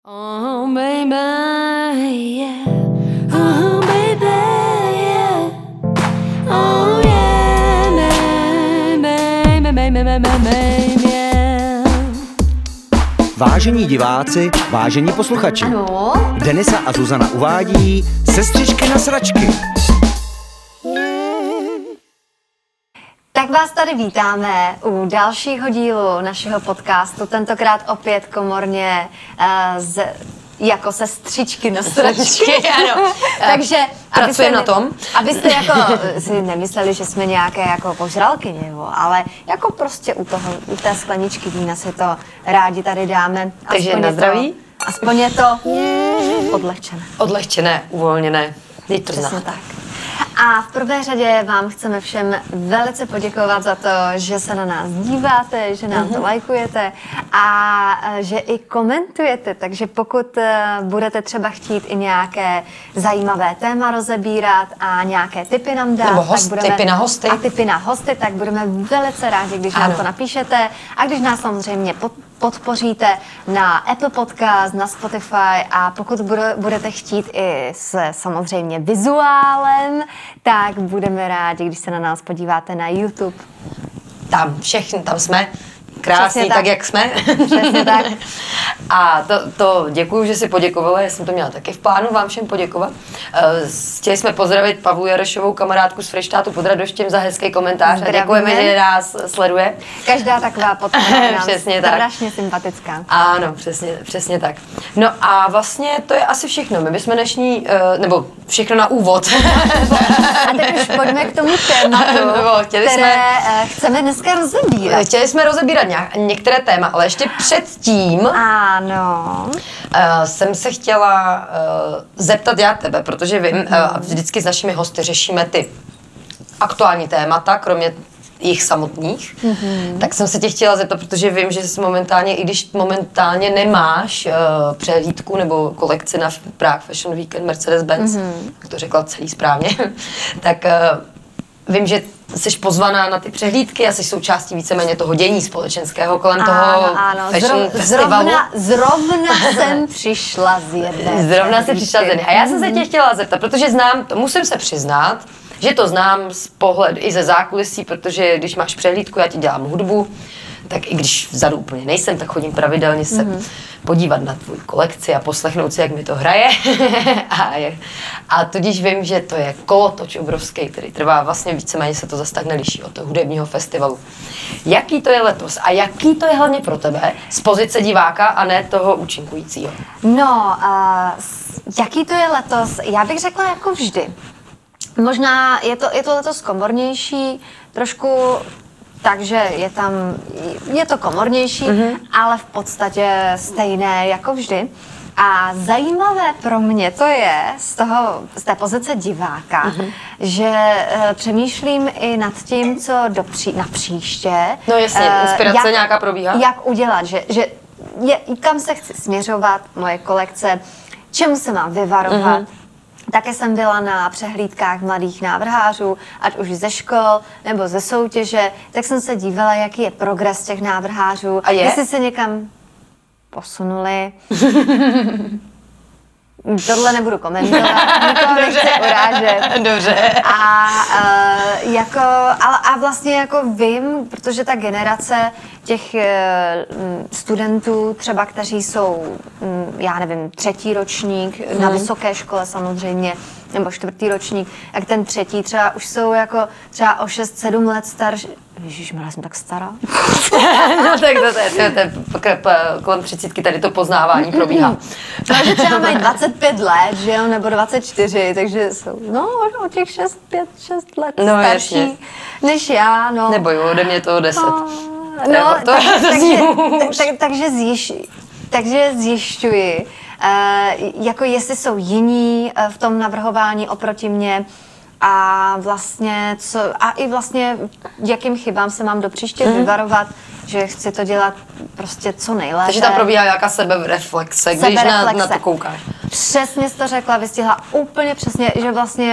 Oh baby, yeah. Oh baby, yeah. Oh yeah, baby, yeah. Vážení diváci, vážení posluchači, Ano. Denisa a Zuzana uvádí Sestřičky na sračky. Tak vás tady vítáme u dalšího dílu našeho podcastu, tentokrát opět komorně jako sestřičky na sračky. Ano. Takže Pracujeme na tom. Abyste jako si nemysleli, že jsme nějaké jako požralkyně, ale jako prostě u té skleničky vína si to rádi tady dáme. Takže na zdraví. Aspoň je to odlehčené. Odlehčené, uvolněné. Dej to Přesně znát. tak. A v prvé řadě vám chceme všem velice poděkovat za to, že se na nás díváte, že nám to lajkujete a že i komentujete. Takže pokud budete třeba chtít i nějaké zajímavé téma rozebírat a nějaké tipy nám dát, Nebo tipy na hosty. A tipy na hosty, tak budeme velice rádi, když nám to napíšete a když nás samozřejmě podpoříte na Apple Podcast, na Spotify a pokud budete chtít i samozřejmě vizuálem, tak budeme rádi, když se na nás podíváte na YouTube. Tam jsme. Krásný, tak jak jsme. Přesně tak. A to děkuju, že si poděkovala, já jsem to měla taky v plánu vám všem poděkovat. Chtěli jsme pozdravit Pavlu Jarešovou, kamarádku z Freštátu pod Radoštěm, za hezký komentář a děkujeme, že nás sleduje. Každá taková podpora je nám Přesně tak. strašně sympatická. Ano, přesně tak. No a vlastně to je asi všechno. My bychom dnešní, nebo všechno na úvod. A teď už pojďme k tomu tématu, které chceme dneska rozebírat. Chtěli jsme rozebírat některé téma, ale ještě předtím Ano. jsem se chtěla zeptat já tebe, protože vím, vždycky s našimi hosty řešíme ty aktuální témata, kromě jich samotných, tak jsem se tě chtěla zeptat, protože vím, že jsi momentálně, i když momentálně nemáš přehlídku nebo kolekci na Prague Fashion Weekend Mercedes-Benz, jak to řekla celý správně, tak vím, že jsi pozvaná na ty přehlídky a jsi součástí víceméně toho dění společenského kolem toho fashion festivalu. Zrovna jsem přišla z jedné. A já jsem se tě chtěla zeptat, protože musím se přiznat, že to znám z pohledu i ze zákulisí, protože když máš přehlídku, já ti dělám hudbu, tak i když vzadu úplně nejsem, tak chodím pravidelně se podívat na tvůj kolekci a poslechnout si, jak mi to hraje. a tudíž vím, že to je kolotoč obrovský, který trvá vlastně víceméně se to zase tak neliší od toho hudebního festivalu. Jaký to je letos a jaký to je hlavně pro tebe z pozice diváka a ne toho účinkujícího? No, jaký to je letos? Já bych řekla jako vždy. Možná je to letos komornější, trošku, takže je to komornější, ale v podstatě stejné jako vždy. A zajímavé pro mě to je z té pozice diváka, že přemýšlím i nad tím, co na příště. No jasně, inspirace nějaká probíhá. Jak udělat, že kam se chci směřovat, moje kolekce, čemu se mám vyvarovat. Také jsem byla na přehlídkách mladých návrhářů, ať už ze škol nebo ze soutěže, tak jsem se dívala, jaký je progres těch návrhářů, jestli se někam posunuli. Tohle nebudu komentovat, nikoho nechci urážet. Dobře. A vlastně jako vím, protože ta generace těch studentů třeba, kteří jsou, já nevím, 3. ročník, na vysoké škole samozřejmě, nebo 4. ročník, jak ten 3. třeba už jsou jako třeba o 6-7 let starší. Ježišmarja, jsem tak stará. No tak to je kolem 30 tady to poznávání probíhá. Takže třeba mají 25 let, že jo, nebo 24, takže jsou, o těch 6 let starší než já, no. Nebo jo, ode mě to 10. Takže zjišťuji, jako jestli jsou jiní v tom navrhování oproti mně a vlastně jakým chybám se mám do příště vyvarovat, že chci to dělat prostě co nejlépe. Takže tam probíhá nějaká sebereflexe, když na to koukáš. Přesně jsi to řekla, vystihla úplně přesně, že vlastně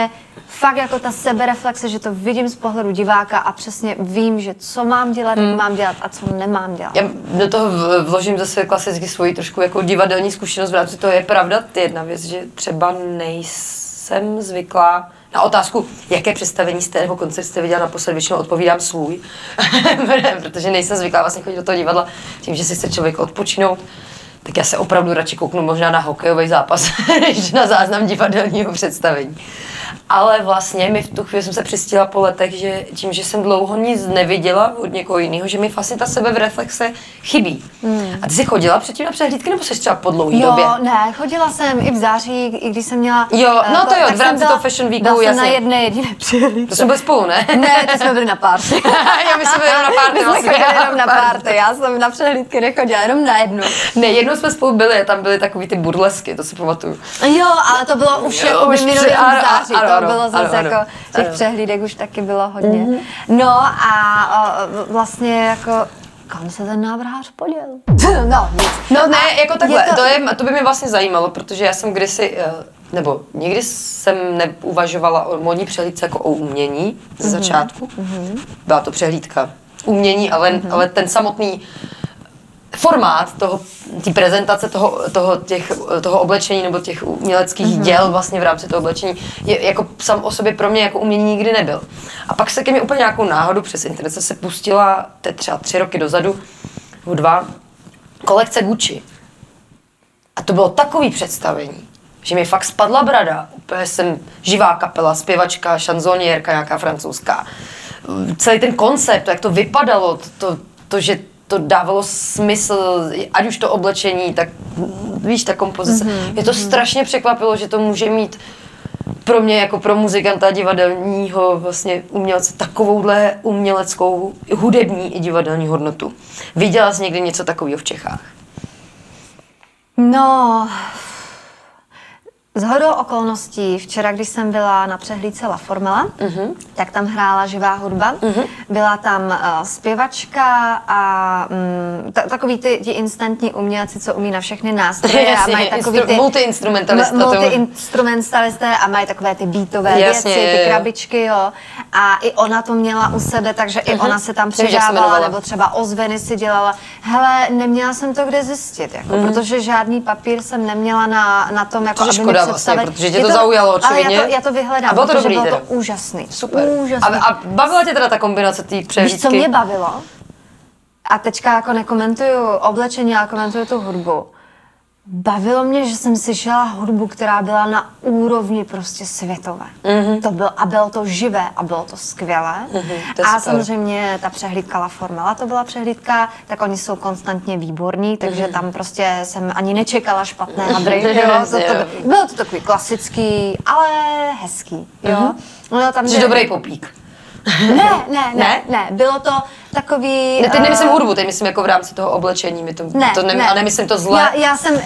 fakt jako ta sebereflexe, že to vidím z pohledu diváka a přesně vím, že co mám dělat, jak mám dělat a co nemám dělat. Já do toho vložím zase klasicky svoji trošku jako divadelní zkušenost v rámci toho. Je pravda jedna věc, že třeba nejsem zvyklá na otázku, jaké představení jste nebo koncert jste viděla naposled, většinou odpovídám svůj, protože nejsem zvyklá vlastně chodit do toho divadla tím, že si chce člověk odpočinout. Tak já se opravdu radši kouknu možná na hokejový zápas, než na záznam divadelního představení. Ale vlastně mi v tu chvíli jsem se přistihla po letech, že tím, že jsem dlouho nic neviděla od někoho jiného, že mi vlastně ta sebereflexe chybí. A ty jsi chodila předtím na přehlídky, nebo jsi třeba po dlouhý době? Jo, ne, chodila jsem i v září, i když jsem měla... Jo, no to jo, v rámci toho Fashion Weeku, jasně. jasně. Na jedné jediné přehlídce. To jsme byli spolu, ne? Ne, to jsme byli na party. My jsme byli jenom na party. My jsme chodili jenom na party, já jsem na přehlídky nechodila, jenom na jednu. Ne, jednou jsme spolu byli, tam byly takový ty burlesky, to si pamatuju. Jo, ale to bylo už jako minulý září, to bylo zase jako těch přehlídek už taky bylo hodně. No a vlastně jako, kam se ten návrhář poděl? No, nic. No ne, jako takhle, to... to by mě vlastně zajímalo, protože já jsem kdysi, nebo nikdy jsem neuvažovala o módní přehlídce jako o umění ze začátku. Byla to přehlídka umění, ale ten samotný formát té prezentace toho oblečení nebo těch uměleckých děl vlastně v rámci toho oblečení je jako sám o sobě pro mě jako umění nikdy nebyl. A pak se ke mně úplně nějakou náhodu přes internet se pustila třeba 3 roky dozadu, 2, kolekce Gucci. A to bylo takový představení, že mi fakt spadla brada. Úplně jsem živá kapela, zpěvačka, šanzoniérka nějaká francouzská. Celý ten koncept, jak to vypadalo, to že to dávalo smysl, ať už to oblečení, tak víš, ta kompozice. Mě to strašně překvapilo, že to může mít pro mě jako pro muzikanta divadelního vlastně umělce takovouhle uměleckou, hudební i divadelní hodnotu. Viděla jsi někdy něco takového v Čechách? No, shodou okolností, včera, když jsem byla na přehlídce La Formela, tak tam hrála živá hudba. Byla tam zpěvačka a takový ty instantní umělci, co umí na všechny nástroje a mají takový ty multi-instrumentalisté a mají takové ty beatové věci, ty krabičky, jo. A i ona to měla u sebe, takže i ona se tam přidávala, nebo třeba ozveny si dělala. Hele, neměla jsem to kde zjistit, jako, protože žádný papír jsem neměla na tom, jako aby mi vlastně, protože tě to zaujalo očividně. Ale já to vyhledám, bylo to protože dobrý, bylo to úžasný. Super. Úžasný. A bavila tě teda ta kombinace té přehlídky? Víš, co mě bavilo? A teďka jako nekomentuju oblečení, ale komentuju tu hudbu. Bavilo mě, že jsem slyšela hudbu, která byla na úrovni prostě světové. Bylo to živé a bylo to skvělé. A samozřejmě ta přehlídka La Formela, to byla přehlídka, tak oni jsou konstantně výborní, takže tam prostě jsem ani nečekala špatné hadry. Bylo to takový klasický, ale hezký. Jo? No, tam jsi dobrý popík. Ne, bylo to takový... Ne, teď nemyslím hudbu, teď myslím jako v rámci toho oblečení, a nemyslím to zle. Já jsem...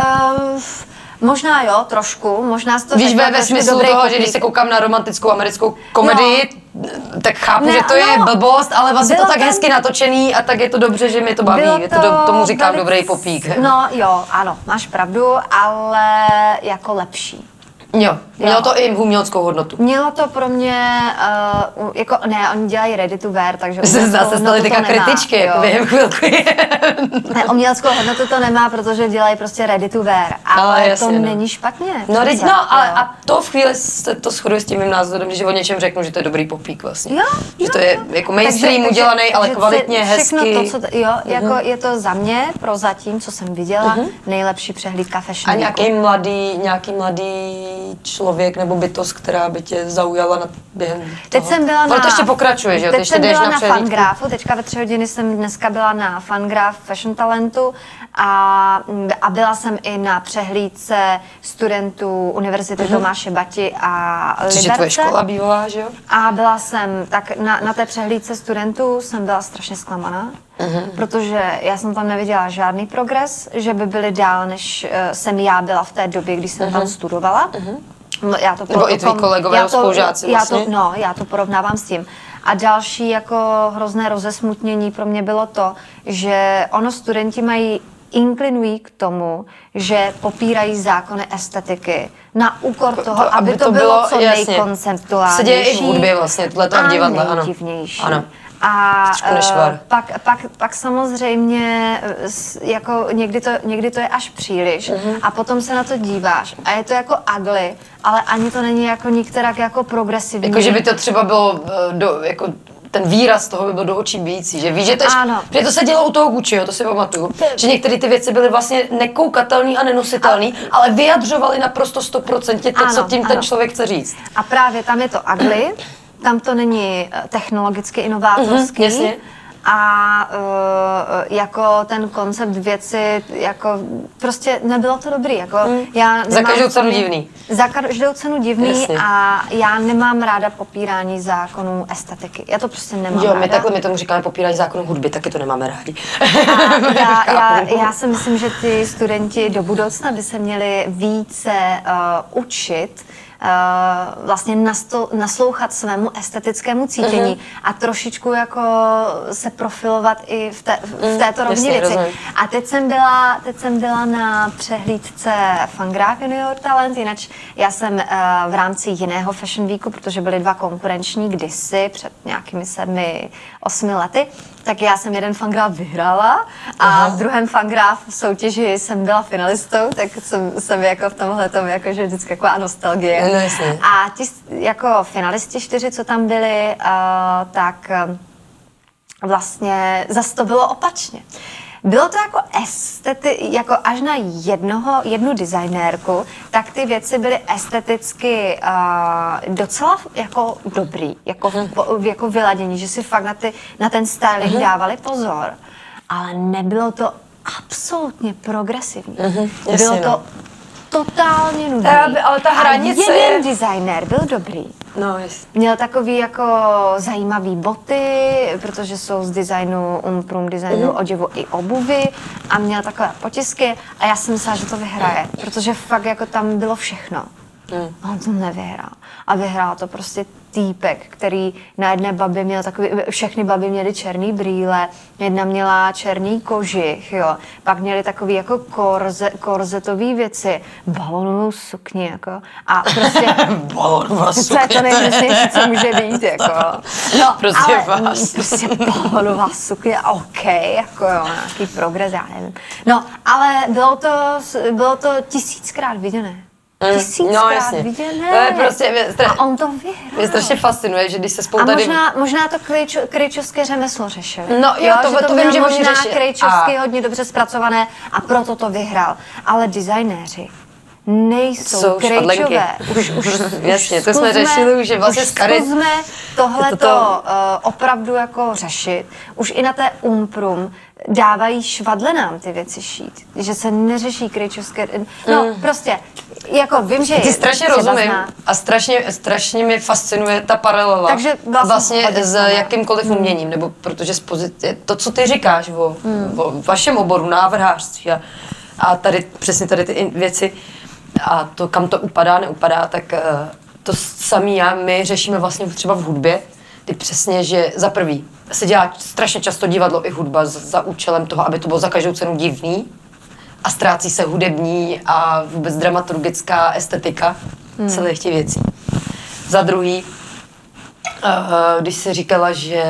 Možná jo, trošku, možná to víš, ve smyslu toho, že když se koukám na romantickou americkou komedii, tak chápu, že to je blbost, ale vlastně to tak hezky natočený a tak je to dobře, že mě to baví. Tomu říkám dobrý popík. No jo, ano, máš pravdu, ale jako lepší. Jo, mělo to i uměleckou hodnotu. Mělo to pro mě, jako ne, oni dělají ready to wear, takže zase staly teďka kritičky, během chvilky. Ne, uměleckou hodnotu to nemá, protože dělají prostě ready to wear, ale jasně, to není špatně. A to v chvíli se to shoduje s tím mým názorem, že o něčem řeknu, že to je dobrý popík vlastně. Že to je jako mainstream udělaný, ale kvalitně, hezky. Jako je to za mě, prozatím, co jsem viděla, nejlepší přehlídka Fashion Weeku. A nějaký mladý člověk nebo bytost, která by tě zaujala během toho. Teď jsem byla to ještě pokračuje, že jo? Teď jsem byla na Fangrafu, teďka ve 3 hodiny jsem dneska byla na Fangraf Fashion Talentu a byla jsem i na přehlídce studentů Univerzity Tomáše Bati a Liberce. Což je tvoje škola bývalá, že jo? A byla jsem, tak na té přehlídce studentů jsem byla strašně zklamaná, protože já jsem tam neviděla žádný progres, že by byli dál, než jsem já byla v té době, kdy jsem tam studovala. Nebo i tví kolegové spolužáci vlastně? Já to porovnávám s tím. A další jako hrozné rozesmutnění pro mě bylo to, že studenti mají inklinují k tomu, že popírají zákony estetiky na úkor toho, aby to bylo co nejkonceptuálnější. Se děje i v hudbě vlastně, tohleto v divadle, ano. Nejdivnější. Ano. A pak samozřejmě jako někdy to je až příliš a potom se na to díváš a je to jako ugly, ale ani to není jako nikterak jako progresivní. Jako, že by to třeba bylo jako ten výraz toho by byl do očí bijící, že víš, že to, že to se dělo u toho Gucciho, to si pamatuju, že některé ty věci byly vlastně nekoukatelné a nenositelné, ale vyjadřovaly naprosto 100% to, co tím ten člověk chce říct. A právě tam je to ugly, tam to není technologicky inovátorský. Jasně. A jako ten koncept věci, jako prostě nebylo to dobrý. Jako já za každou cenu divný. Za každou cenu divný. Jasně. A já nemám ráda popírání zákonů estetiky. Já to prostě nemám ráda. My tomu říkáme popírání zákonů hudby, taky to nemáme rádi. Já si myslím, že ty studenti do budoucna by se měli více učit vlastně naslouchat svému estetickému cítění a trošičku jako se profilovat i v této rovně věci. A teď jsem byla na přehlídce Fangraph Junior Talent, jinak já jsem v rámci jiného Fashion Weeku, protože byly 2 konkurenční kdysi před nějakými 7-8 lety, tak já jsem jeden Fangraph vyhrála a v druhém Fangraph soutěži jsem byla finalistou, tak jsem jako v tomhletom jakože vždycky taková nostalgie. A ti jako finalisti 4, co tam byli, tak vlastně zase to bylo opačně. Bylo to jako jako až na jednu designérku, tak ty věci byly esteticky docela jako dobrý, jako vyladění, že si fakt na ten styling dávali pozor, ale nebylo to absolutně progresivní. Bylo to totálně nudný. Ale ta hranice a jeden designér byl dobrý. No, jasně. Měl takový jako zajímavý boty, protože jsou z designu, designu oděvu i obuvy a měl takové potisky a já jsem myslela, že to vyhraje, protože fakt jako tam bylo všechno. A on to nevyhrál. A vyhrál to prostě týpek, který na jedné babě měl takový, všechny baby měly černý brýle, jedna měla černý kožich, jo. Pak měli takový jako korzetový věci, balonovou sukni, jako. A prostě... Balonová sukně. To je to nejhroznější, co může být, jako. No, prostě ale, vás. prostě balonová sukně, OK, jako jo, nějaký progres, já nevím. No, ale bylo to 1000krát viděné. 1000krát viděné. To je prostě, a on to vyhrál. Mě strašně fascinuje, že když se spolu tady... možná to krejčovské řemeslo řešil. No jo, to vím, že možná krejčovsky hodně dobře zpracované a proto to vyhrál. Ale designéři nejsou krejčové. Už jasně, to jsme řešili už, že vlastně zkusme tohleto opravdu jako řešit. Už i na té dávají švadlenám ty věci šít, že se neřeší krejčovské, prostě, jako vím, že ty strašně rozumím a strašně mi fascinuje ta paralela. Takže vlastně s jakýmkoliv uměním, nebo protože to, co ty říkáš o vašem oboru, návrhářství a tady přesně tady ty věci a to, kam to upadá, neupadá, tak to samý my řešíme vlastně třeba v hudbě, ty přesně, že za prvý se dělá strašně často divadlo i hudba za účelem toho, aby to bylo za každou cenu divný a ztrácí se hudební a vůbec dramaturgická estetika celých těch věcí. Za druhý, když jsi říkala, že...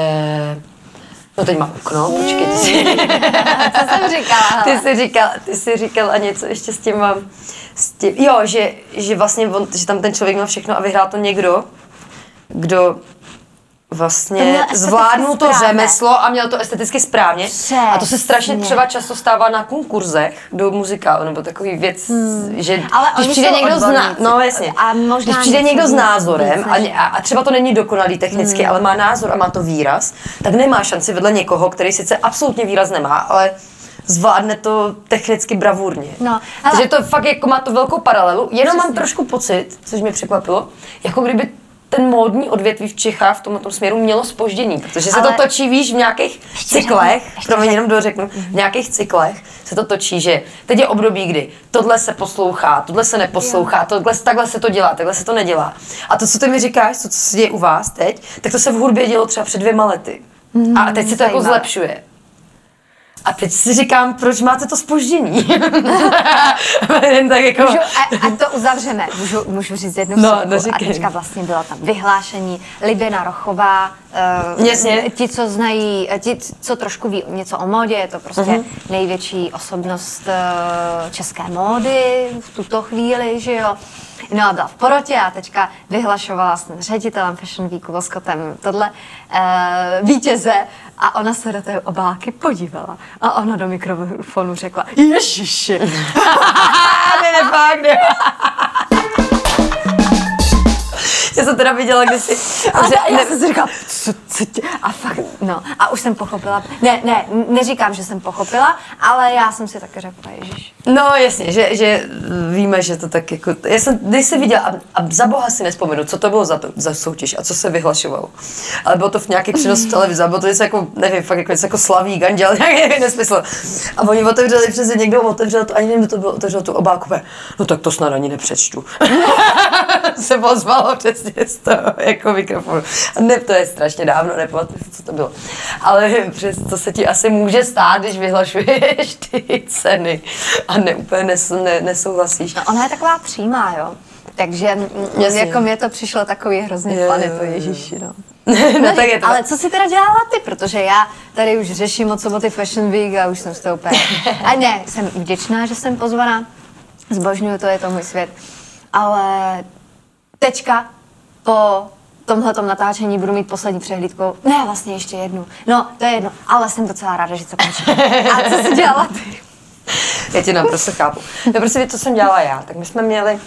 No teď mám okno, počkej, ty jsi... Co jsem říkala? Ty jsi říkala něco ještě s tím... Jo, že vlastně že tam ten člověk měl všechno a vyhrál to někdo, kdo vlastně zvládnul to řemeslo a měl to esteticky správně. A to se strašně třeba často stává na konkurzech do muzikálu, nebo takový věc, že když přijde někdo když přijde někdo s názorem a třeba to není dokonalý technicky, ale má názor a má to výraz, tak nemá šanci vedle někoho, který sice absolutně výraz nemá, ale zvládne to technicky bravurně. Takže to fakt jako má to velkou paralelu, jenom mám trošku pocit, což mě překvapilo, jako kdyby ten módní odvětví v Čechách v tomto směru mělo zpoždění, protože se to točí, víš, v nějakých cyklech, promiň, jenom dořeknu, v nějakých cyklech se to točí, že teď je období, kdy tohle se poslouchá, tohle se neposlouchá, takhle se to dělá, takhle se to nedělá. A to, co ty mi říkáš, co se děje u vás teď, tak to se v hudbě dělo třeba před 2 lety. A teď se to jako zlepšuje. A teď si říkám, proč máte to zpoždění? Tak jako... A to uzavřeme. Můžu říct jednu vsuvku. A teďka vlastně bylo tam vyhlášení. Liběna Rochová, ti, co znají, ti, co trošku ví něco o módě, je to prostě největší osobnost české módy v tuto chvíli, že jo. No a byla v porotě a teďka vyhlašovala s ředitelem Fashion Weeku Voskotem tohle vítěze a ona se do té obálky podívala a ona do mikrofonu řekla Ježiši. ne. Já jsem teda viděla kdysi. Já jsem si říkala, co tě... A fakt, no. A už jsem pochopila. Neříkám, že jsem pochopila, ale já jsem si taky řekla, ježiš. No jasně, že víme, že to tak jako... Když jsem viděla, a za boha si nespomenu, co to bylo za soutěž a co se vyhlašovalo. Ale bylo to v nějaký přenos v televizi, bylo to něco jako, nevím, fakt jako Slavík, Anděl, nějaký nesmysl. A oni otevřeli, přesně někdo otevřel to, ani nevím, kdo to bylo, otevřel tu obálku, no tak to snad ani nepřečtu. Se pozvalo přesně z toho jako mikrofonu. A ne, to je strašně dávno, nepamatuji, co to bylo. Ale přes to se ti asi může stát, když vyhlašuješ ty ceny a úplně nesouhlasíš. No, ona je taková přímá, jo. Takže jako mě to přišlo takový hrozně fany, to ježiši, no. No, tak je to. Ale co jsi teda dělala ty, protože já tady už řeším od soboty Fashion Week a už jsem z toho úplně... A ne, jsem vděčná, že jsem pozvaná, zbožňuju to, je to můj svět. Ale teďka po tomhletom natáčení budu mít poslední přehlídku. Ne, vlastně ještě jednu. No, to je jedno, ale jsem docela ráda, že to končí. A co jsi dělala ty? Já tě naprosto chápu. No prostě víš, co jsem dělala já, tak my jsme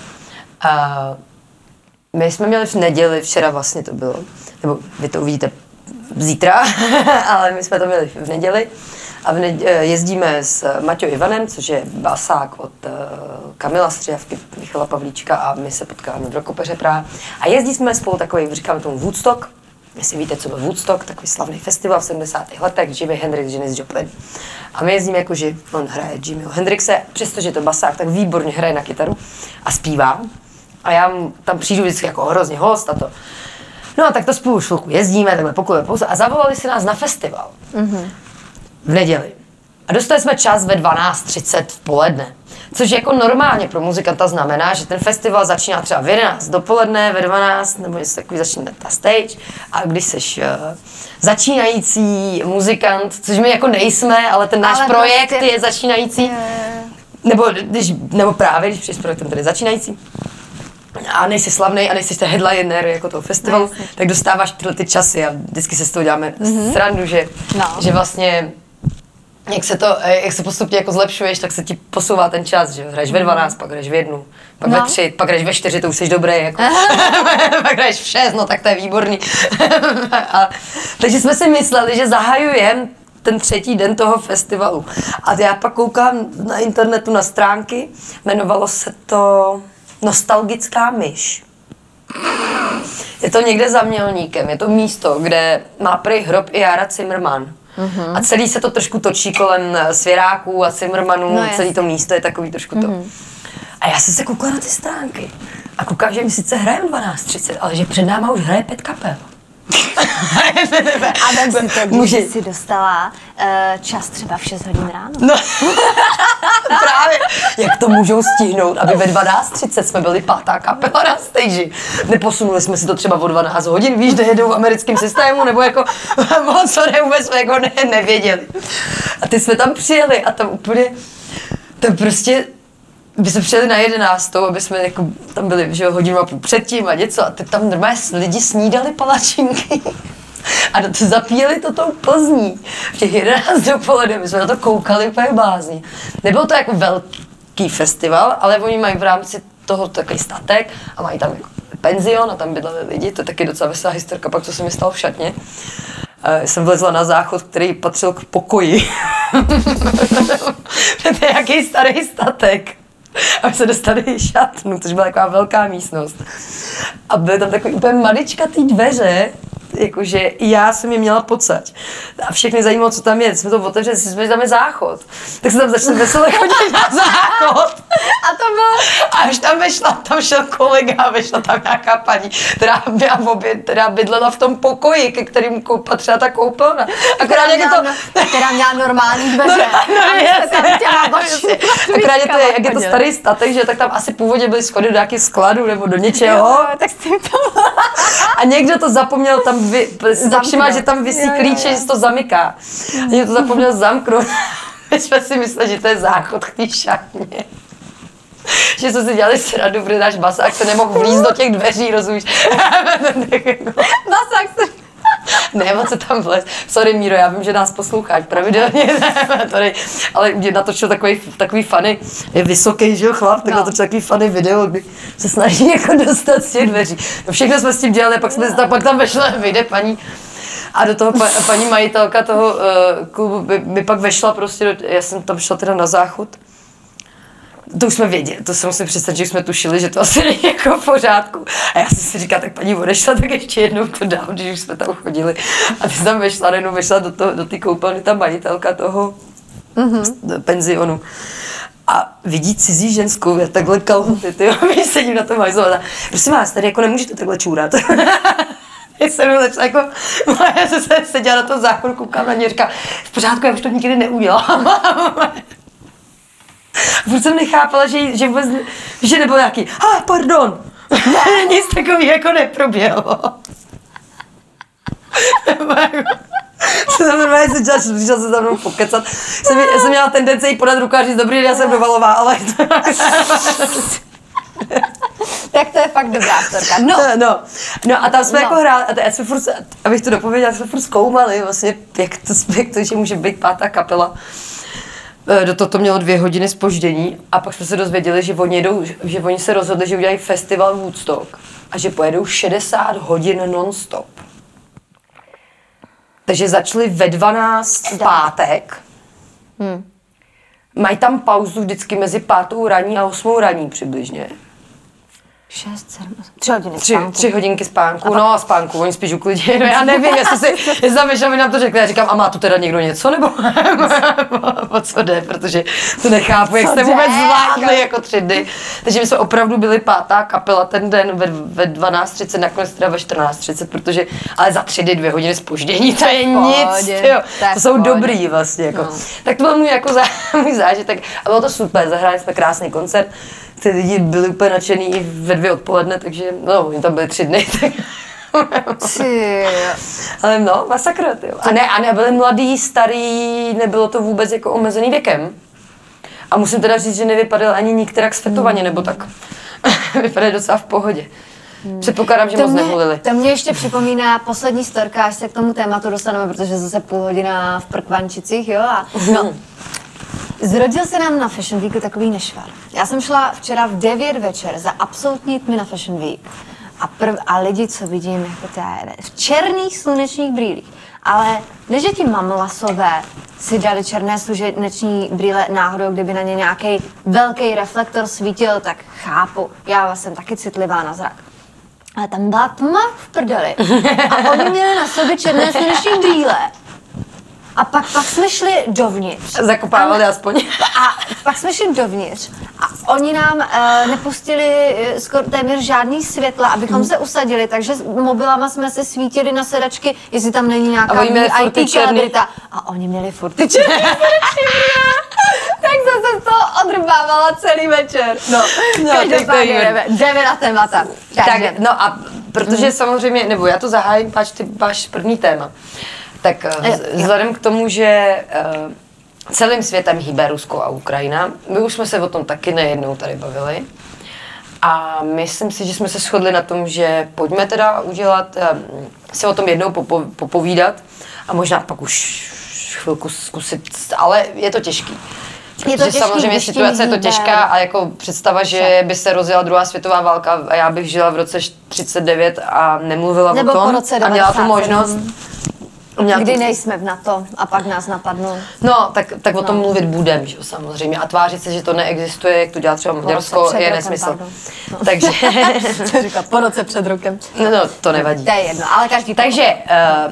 měli v neděli, včera vlastně to bylo, nebo vy to uvidíte zítra, ale my jsme to měli v neděli a jezdíme s Maťou Ivanem, což je basák od Kamila Střijavky, Michala Pavlíčka a my se potkáváme v Rokopeře Praha a jezdíme spolu takový, říkáme tomu Woodstock, jestli víte, co byl Woodstock, takový slavný festival v 70. letech, Jimi Hendrix, Janis Joplin. A my jezdíme jako, že on hraje Jimiho Hendrixe, přestože je to basák, tak výborně hraje na kytaru a zpívá. A já tam přijdu vždycky jako hrozně host a to. No a tak to spolu chvilku jezdíme, takhle poklujeme a zavolali si nás na festival v neděli. A dostali jsme čas ve 12:30 v poledne. Což jako normálně pro muzikanta znamená, že ten festival začíná třeba v 11 dopoledne, ve 12, nebo něco takový začíná ta stage. A když jsi začínající muzikant, což my jako nejsme, ale ten náš projekt prostě je začínající, nebo právě když přijdeš s projektem, který je začínající, a nejsi slavnej a nejsi ten headliner jako toho festivalu, tak dostáváš tyhle ty časy a vždycky se s toho děláme srandu, že vlastně jak se postupně jako zlepšuješ, tak se ti posouvá ten čas, že hraješ ve 12, pak hraješ v 1, pak ve 3, pak hraješ ve 4, to už jsi dobrý, jako. Pak hraješ v 6, no tak to je výborný. Takže jsme si mysleli, že zahajujeme ten 3. den toho festivalu. A já pak koukám na internetu na stránky, jmenovalo se to Nostalgická myš. Je to někde za Mělníkem, je to místo, kde má prý hrob i Jára Cimrman. A celý se to trošku točí kolem svěráků a Cimrmanů, celý to místo je takový trošku to. A já jsem se koukala na ty stránky a koukám, že mi sice hraje 12:30, ale že před náma už hraje 5 kapel. A vem si to, když jsi dostala čas třeba v 6 hodin ráno. No, právě. Jak to můžou stihnout, aby ve 12:30 jsme byli 5. kapela na stage. Neposunuli jsme si to třeba o 12 hodin, víš, kde jedou v americkém systému, nebo jako moc co vůbec jsme jako nevěděli. A ty jsme tam přijeli a tam úplně, to prostě, by jsme přijeli na 11, aby jsme jako tam byli, že hodinu a půl předtím a něco a teď tam normálně lidi snídali palačinky a zapíjeli to tou Plzní v těch 11 dopoledne, my jsme na to koukali úplně blázni. Nebyl to jako velký festival, ale oni mají v rámci toho takový statek a mají tam jako penzion a tam bydleli lidi, to je taky docela veselá historka, pak co se mi stalo v šatně. Jsem vlezla na záchod, který patřil k pokoji. To je nějaký starý statek. A my se dostali šatnu, což byla taková velká místnost. A byly tam takový úplně maličkatý dveře, jakože já jsem je měla pocať. A všechny zajímalo, co tam je. Jsme to otevřeli, jsme tam je záchod. Tak se tam začali veselé chodit na záchod. A až tam šel kolega a vešla tam nějaká paní, která bydlela v tom pokoji, ke kterému patřila ta koupelna. Akorát která měla normální dveře. Akorát jak je to starý statek, že tak tam asi původně byly schody do nějakých skladů nebo do něčeho. Tak s tím to... A někdo to zapomněl tam, všimá, že tam visí klíče, že se to zamyká. A někdo to zapomněl zamknout. My jsme si mysleli, že to je záchod k té šatně. Že jsme si dělali sradu, protože náš basák se nemohl vlízt do těch dveří, rozumíš? Basák se... Ne, on se tam vlez. Sorry, Míro, já vím, že nás posloucháš pravidelně, ale mě natočil takový funny, je vysoký, že jo, chlap, tak natočil takový funny video, kdy se snaží jako dostat z těch dveří. No, všechno jsme s tím dělali, pak tam vešla, vyjde paní. A do toho paní majitelka toho klubu by pak vešla prostě, já jsem tam šla teda na záchod. To už jsme věděli, to jsem si představit, že jsme tušili, že to asi není jako v pořádku. A já jsem si říkala, tak paní odešla, tak ještě jednou to dám, když už jsme tam chodili. A ty tam vešla do té koupelny ta majitelka toho penzionu. A vidí cizí ženskou, já takhle kalhoty, my sedím na tom hajzlu a prosím vás, tady jako nemůžete takhle čůrat. Já jsem se seděla na tom záchodu, koukám na ně, říkám, v pořádku, já už to nikdy neudělám. Furt jsem nechápala, že nebyl nějaký, pardon, nic takový jako neproběhlo. Jsem normálně přišla se za mnou pokecat. Jsem měla tendenci jí podat ruku a říct, dobrý den, já jsem Dovalová, ale... Tak to je fakt dobrá storka. No a tam jsme jako hráli, a já jsme furt, abych to dopověděla, jsme furt zkoumali vlastně, jak to, že může být pátá kapela. Do toho to mělo 2 hodiny zpoždění a pak jsme se dozvěděli, že oni se rozhodli, že udělají festival Woodstock a že pojedou 60 hodin non-stop. Takže začali ve 12 v pátek. Mají tam pauzu vždycky mezi 5. raní a 8. raní přibližně. 6, 7, 3 hodiny spánku. 3 hodinky spánku, no a spánku, oni spíš uklidí, no já nevím, jestli mi nám to řekli, já říkám, a má tu teda někdo něco, nebo o co jde, protože to nechápu, jak jste vůbec zvládli jako 3 dny. Takže my jsme opravdu byli 5. kapela ten den ve 12:30, nakonec teda ve 14:30, protože, ale za 3 dny 2 hodiny zpoždění, to je nic, jo. To jsou dobrý vlastně, jako. No. Tak to byl můj zážitek a bylo to super, zahráli jsme krásný koncert. Ty lidi byli úplně nadšený i ve 2 odpoledne, takže no, oni tam byli 3 dny, tak... Ale no, masakra, tyjo. A ne, byli mladí, starý, nebylo to vůbec jako omezený věkem. A musím teda říct, že nevypadal ani nikterak svetovaně, nebo tak. Vypadali docela v pohodě. Předpokládám, že moc nevolili. To mě ještě připomíná poslední storka, až se k tomu tématu dostaneme, protože zase půl hodina v Prkvančicích, jo, a no. Zrodil se nám na Fashion Weeku takový nešvar. Já jsem šla včera v 9 večer za absolutní tmy na Fashion Week a lidi, co vidím, jako v černých slunečních brýlích. Ale než ti mamlasové si dali černé sluneční brýle náhodou, kdyby na ně nějaký velký reflektor svítil, tak chápu, já jsem taky citlivá na zrak. Ale tam byla tma v prdeli a oni měli na sobě černé sluneční brýle. A pak jsme šli dovnitř. Zakopávali aspoň. A pak jsme šli dovnitř a oni nám nepustili skoro téměř žádný světla, abychom se usadili, takže s mobilama jsme se svítili na sedačky, jestli tam není nějaká IT celebrita. A oni měli furt ty černý tak jsem se to odrbávala celý večer. No každopádně jdeme na témata. Tak, no a protože samozřejmě, nebo já to zahájím, páč ty máš první téma. Tak vzhledem k tomu, že celým světem hýbe Rusko a Ukrajina, my už jsme se o tom taky nejednou tady bavili a myslím si, že jsme se shodli na tom, že pojďme teda udělat, se o tom jednou popovídat a možná pak už chvilku zkusit, ale je to těžký. Protože samozřejmě situace je to těžká a jako představa, že by se rozjela 2. světová válka a já bych žila v roce 39 a nemluvila nebo o tom a měla tu možnost. Kdy nejsme v NATO a pak nás napadnou. No, tak o tom mluvit budem, že jo, samozřejmě. A tvářit se, že to neexistuje, jak to dělá třeba Maďarsko, je nesmysl. No. Takže... Co říká, po roce před rokem. No, to nevadí. To je jedno, ale každý... Takže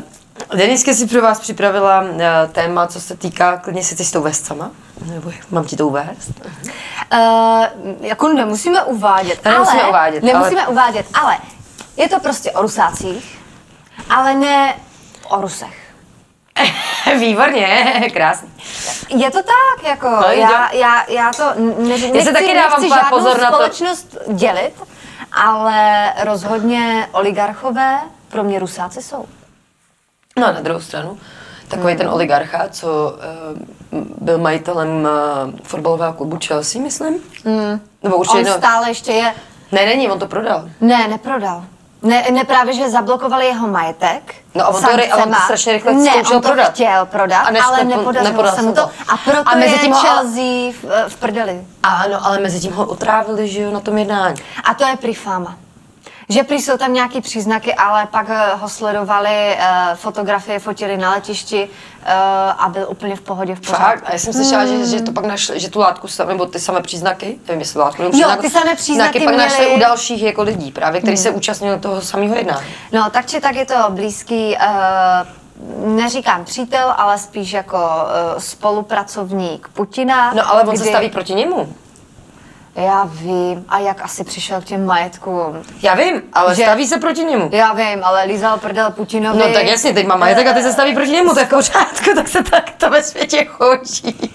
Deniska si pro vás připravila téma, co se týká klidně si ty s tou vescama, nebo mám ti to uvést? Jako nemusíme uvádět, ale je to prostě o rusácích, ale ne o Rusech. Výborně, krásný. Je to tak, jako já to nechci pozor na to. Společnost dělit, ale rozhodně oligarchové pro mě Rusáci jsou. No a na druhou stranu, takový ten oligarcha, co byl majitelem fotbalového klubu Chelsea, myslím? Nebo určitě on stále ještě je. Ne, není, on to prodal. Ne, neprodal. Ne, právě, že zablokovali jeho majetek. No a on to strašně rychle zkoušel prodat. Ne, on to chtěl prodat, ale nepodařilo se mu to. A proto je Chelsea v prdeli. Ano, ale mezi tím ho otrávili, že jo, na tom jednání. A to je prý fáma. Že prý jsou tam nějaký příznaky, ale pak ho sledovali, fotografie fotili na letišti a byl úplně v pohodě, v pořádku. Fakt? A já jsem slyšela, že to pak našli, že tu látku, nebo ty samé příznaky, nevím jestli látku, nebo příznaky, ty samé příznaky pak našli u dalších jako lidí, právě, kteří se účastnili toho samého jednání. No, tak či tak je to blízký, neříkám přítel, ale spíš jako spolupracovník Putina. No, ale on se staví proti němu. Já vím. A jak asi přišel k těm majetkům? Já vím, ale staví se proti němu. Já vím, ale lízal prdel Putinovi. No tak jasně, teď má majetek a ty se staví proti němu, to je v pořádku, tak se tak to ve světě chodí.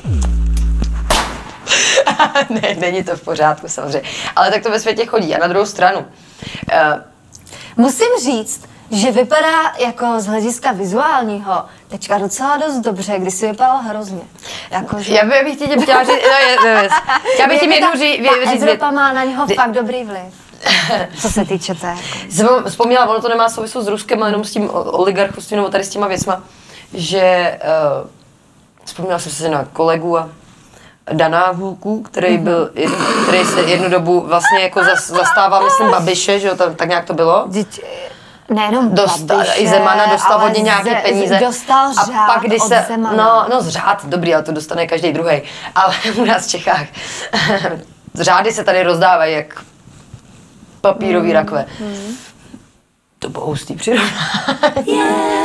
Ne, není to v pořádku samozřejmě, ale tak to ve světě chodí. A na druhou stranu. Musím říct, že vypadá jako z hlediska vizuálního teďka docela dost dobře, když si vypadal hrozně. Jako, že... Já bych tě chtěla říct, já bych tím jednu říct. Evropa má na něho fakt dobrý vliv. Co se týče té. Jsem vzpomněla, ono to nemá souvislost s Ruskem, ale jenom s tím oligarchostvím nebo tady s těma věcma, že vzpomněla jsem se na kolegu a Dana Hulku, který se jednu dobu vlastně jako zastával, myslím, Babiše, že jo, tak nějak to bylo. Nejenom Babiše, i Zemana dostal hodně nějaké peníze. Dostal řád a pak, když se, Zemana. No řád, dobrý, ale to dostane každý druhej. Ale u nás v Čechách řády se tady rozdávají jak papírový rakve. To bylo hustý přirovnání.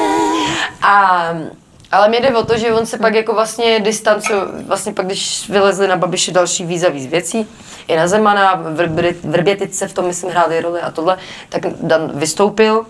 Ale mě jde o to, že on se pak jako vlastně distancoval, vlastně pak když vylezli na Babiše další vízavíc věcí, i na Zemana, Vrbětice v tom myslím hráli roli a tohle, tak Dan vystoupil.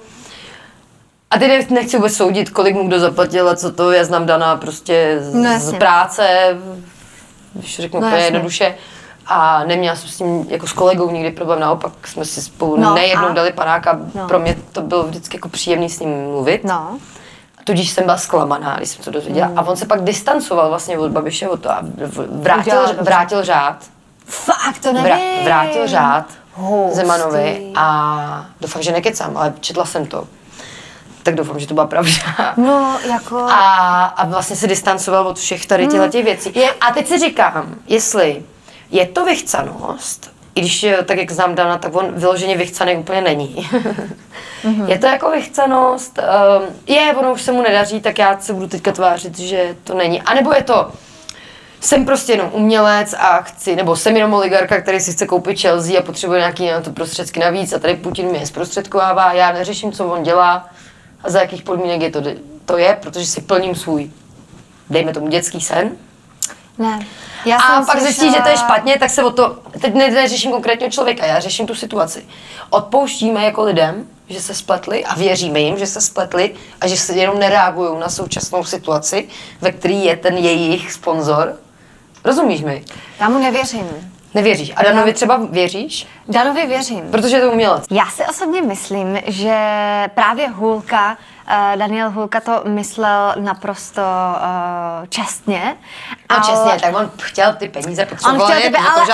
A teď nechci vůbec soudit, kolik mu kdo zaplatil a co to, já znám Dana prostě z práce, když řeknu úplně jednoduše. A neměla jsem s tím jako s kolegou nikdy problém, naopak jsme si spolu nejednou dali panáka, pro mě to bylo vždycky jako příjemný s ním mluvit. Tudíž jsem byla zklamaná, když jsem to dozvěděla. A on se pak distancoval vlastně od Babiše od to a vrátil řád. Fakt, to nevím. Vrátil řád Zemanovi a doufám, že nekecám, ale četla jsem to. Tak doufám, že to byla pravda. No, jako... A vlastně se distancoval od všech tady těch věcí. A teď si říkám, jestli je to vychcanost, i když tak jak znám Dana, tak on vyloženě vychcaný úplně není. Je to jako vychcanost, ono už se mu nedaří, tak já se budu teďka tvářit, že to není. A nebo je to, jsem prostě jenom umělec a chci, nebo jsem jenom oligarcha, který si chce koupit Chelsea a potřebuje nějaký na to prostředky navíc a tady Putin mě zprostředkovává, já neřeším, co on dělá a za jakých podmínek to je, protože si plním svůj, dejme tomu, dětský sen. Ne. A pak zjistí, že to je špatně, tak se o to, teď neřeším konkrétního člověka, já řeším tu situaci. Odpouštíme jako lidem, že se spletli a věříme jim, že se spletli a že se jenom nereagují na současnou situaci, ve který je ten jejich sponzor. Rozumíš mi? Já mu nevěřím. Nevěříš. A Danovi třeba věříš? Danovi věřím. Protože je to umělec. Já si osobně myslím, že právě Hulka, Daniel Hulka to myslel naprosto čestně. No čestně, tak on chtěl ty peníze, potřeboval ale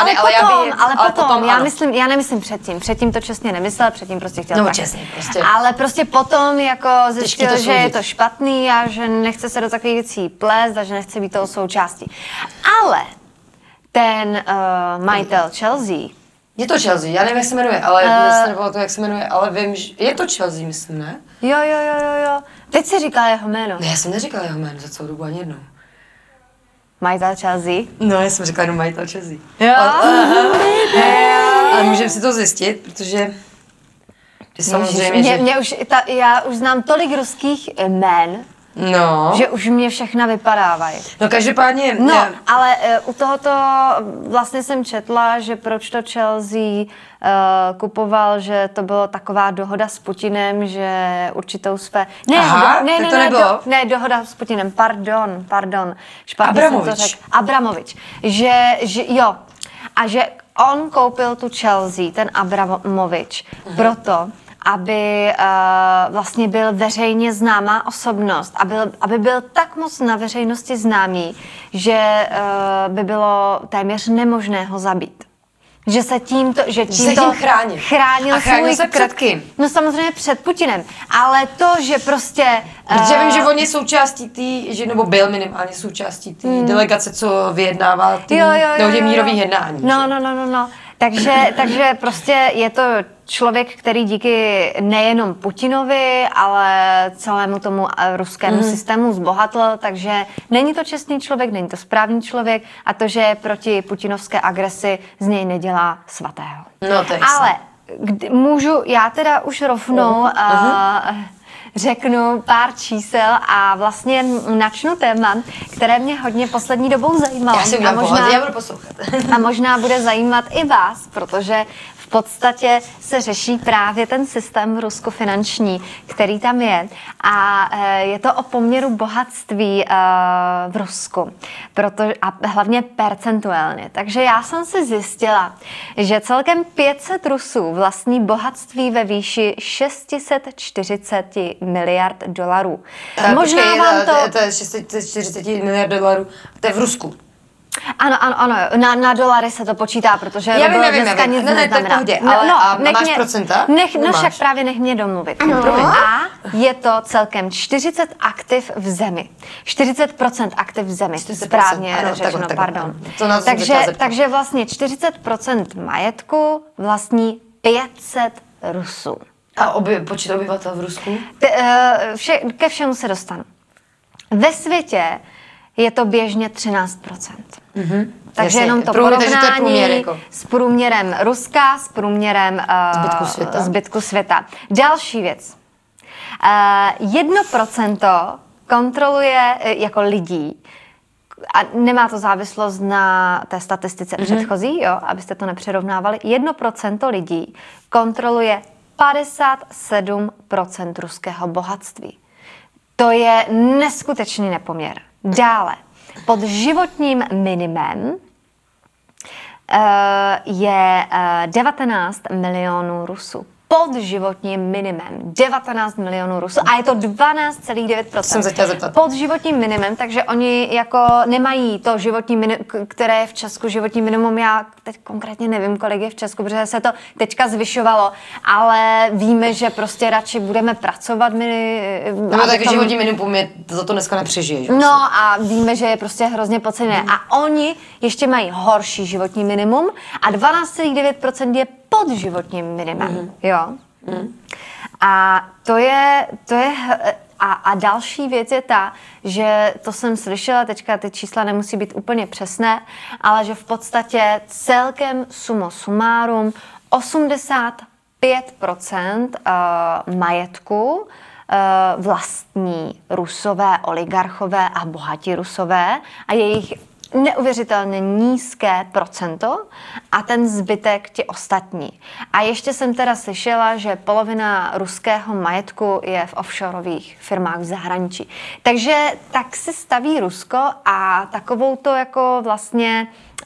potom, já nemyslím předtím. Předtím to čestně nemyslel, předtím prostě chtěl tak. Čestně, prostě. Ale prostě potom jako zjistil, že je to špatný a že nechce se do takových věcí plést a že nechce být toho součástí. Ale ten majitel Chelsea. Je to Chelsea, já nevím, jak se jmenuje, ale to, jak se jmenuje, ale vím, že je to Chelsea, myslím, ne? Jo. Teď jsi říkal jeho jméno. Ne, já jsem neříkala jeho jméno za celou dobu ani jednou. Majitel Chelsea? No, já jsem říkala jenom majitel Chelsea. Jo? Ale můžeme si to zjistit, protože Samozřejmě, já už znám tolik ruských jmén, že už mě všechna vypadávají. No každopádně... No, ale u tohoto vlastně jsem četla, že proč to Chelsea kupoval, že to bylo taková dohoda s Putinem, že určitou své... Ne, dohoda s Putinem, pardon. Špatně jsem to řekl. Abramovič. Že jo. A že on koupil tu Chelsea, ten Abramovič, proto, aby vlastně byl veřejně známá osobnost, aby byl tak moc na veřejnosti známý, že by bylo téměř nemožné ho zabít. Že se tím chránil se před kým? No samozřejmě před Putinem, ale to, že prostě... Protože vím, že on je součástí nebo byl minimálně součástí té delegace, co vyjednával dohodě mírových jednání. No. Takže prostě je to člověk, který díky nejenom Putinovi, ale celému tomu ruskému systému zbohatl, takže není to čestný člověk, není to správný člověk a to, že proti putinovské agresi z něj nedělá svatého. No, to je ale můžu, já teda už rovnou řeknu pár čísel a vlastně načnu téma, které mě hodně poslední dobou zajímalo. Já si udělám pohled, já budu poslouchat. A možná bude zajímat i vás, protože v podstatě se řeší právě ten systém v Rusku finanční, který tam je. A je to o poměru bohatství v Rusku. A hlavně percentuálně. Takže já jsem si zjistila, že celkem 500 Rusů vlastní bohatství ve výši 640 miliard dolarů. Možná vám to je 640 miliard dolarů. To je v Rusku. Ano, na dolary se to počítá, protože já nevím. Nic neznamená. Máš procenta? Však právě nech mě domluvit. A je to celkem 40 aktiv v zemi. 40% aktiv v zemi. 40%, správně řečeno, pardon. Takže vlastně 40% majetku vlastní 500 Rusů. A počet obyvatel v Rusku? Ke všemu se dostanu. Ve světě je to běžně 13%. Takže jenom to porovnání s průměrem Ruska, s průměrem zbytku světa. Další věc. 1% kontroluje jako lidí, a nemá to závislost na té statistice předchozí, jo, abyste to nepřerovnávali, 1% lidí kontroluje 57% ruského bohatství. To je neskutečný nepoměr. Dále, pod životním minimem je 19 milionů Rusů. Pod životním minimem 19 milionů Rusů a je to 12,9%. Jsem se chtěla zeptat. Pod životním minimem, takže oni jako nemají to životní minimum, které je v Česku životní minimum. Já teď konkrétně nevím, kolik je v Česku, protože se to teďka zvyšovalo, ale víme, že prostě radši budeme pracovat. No tak životní minimum je, za to dneska nepřežije. Že? No a víme, že je prostě hrozně podceněné. A oni ještě mají horší životní minimum a 12,9% je pod životním minimem, jo. A to je a další věc je ta, že to jsem slyšela, teďka ty čísla nemusí být úplně přesné, ale že v podstatě celkem summa summarum 85% majetku vlastní Rusové, oligarchové a bohatí Rusové a jejich neuvěřitelně nízké procento a ten zbytek ti ostatní. A ještě jsem teda slyšela, že polovina ruského majetku je v offshoreových firmách v zahraničí. Takže tak se staví Rusko a takovou to jako vlastně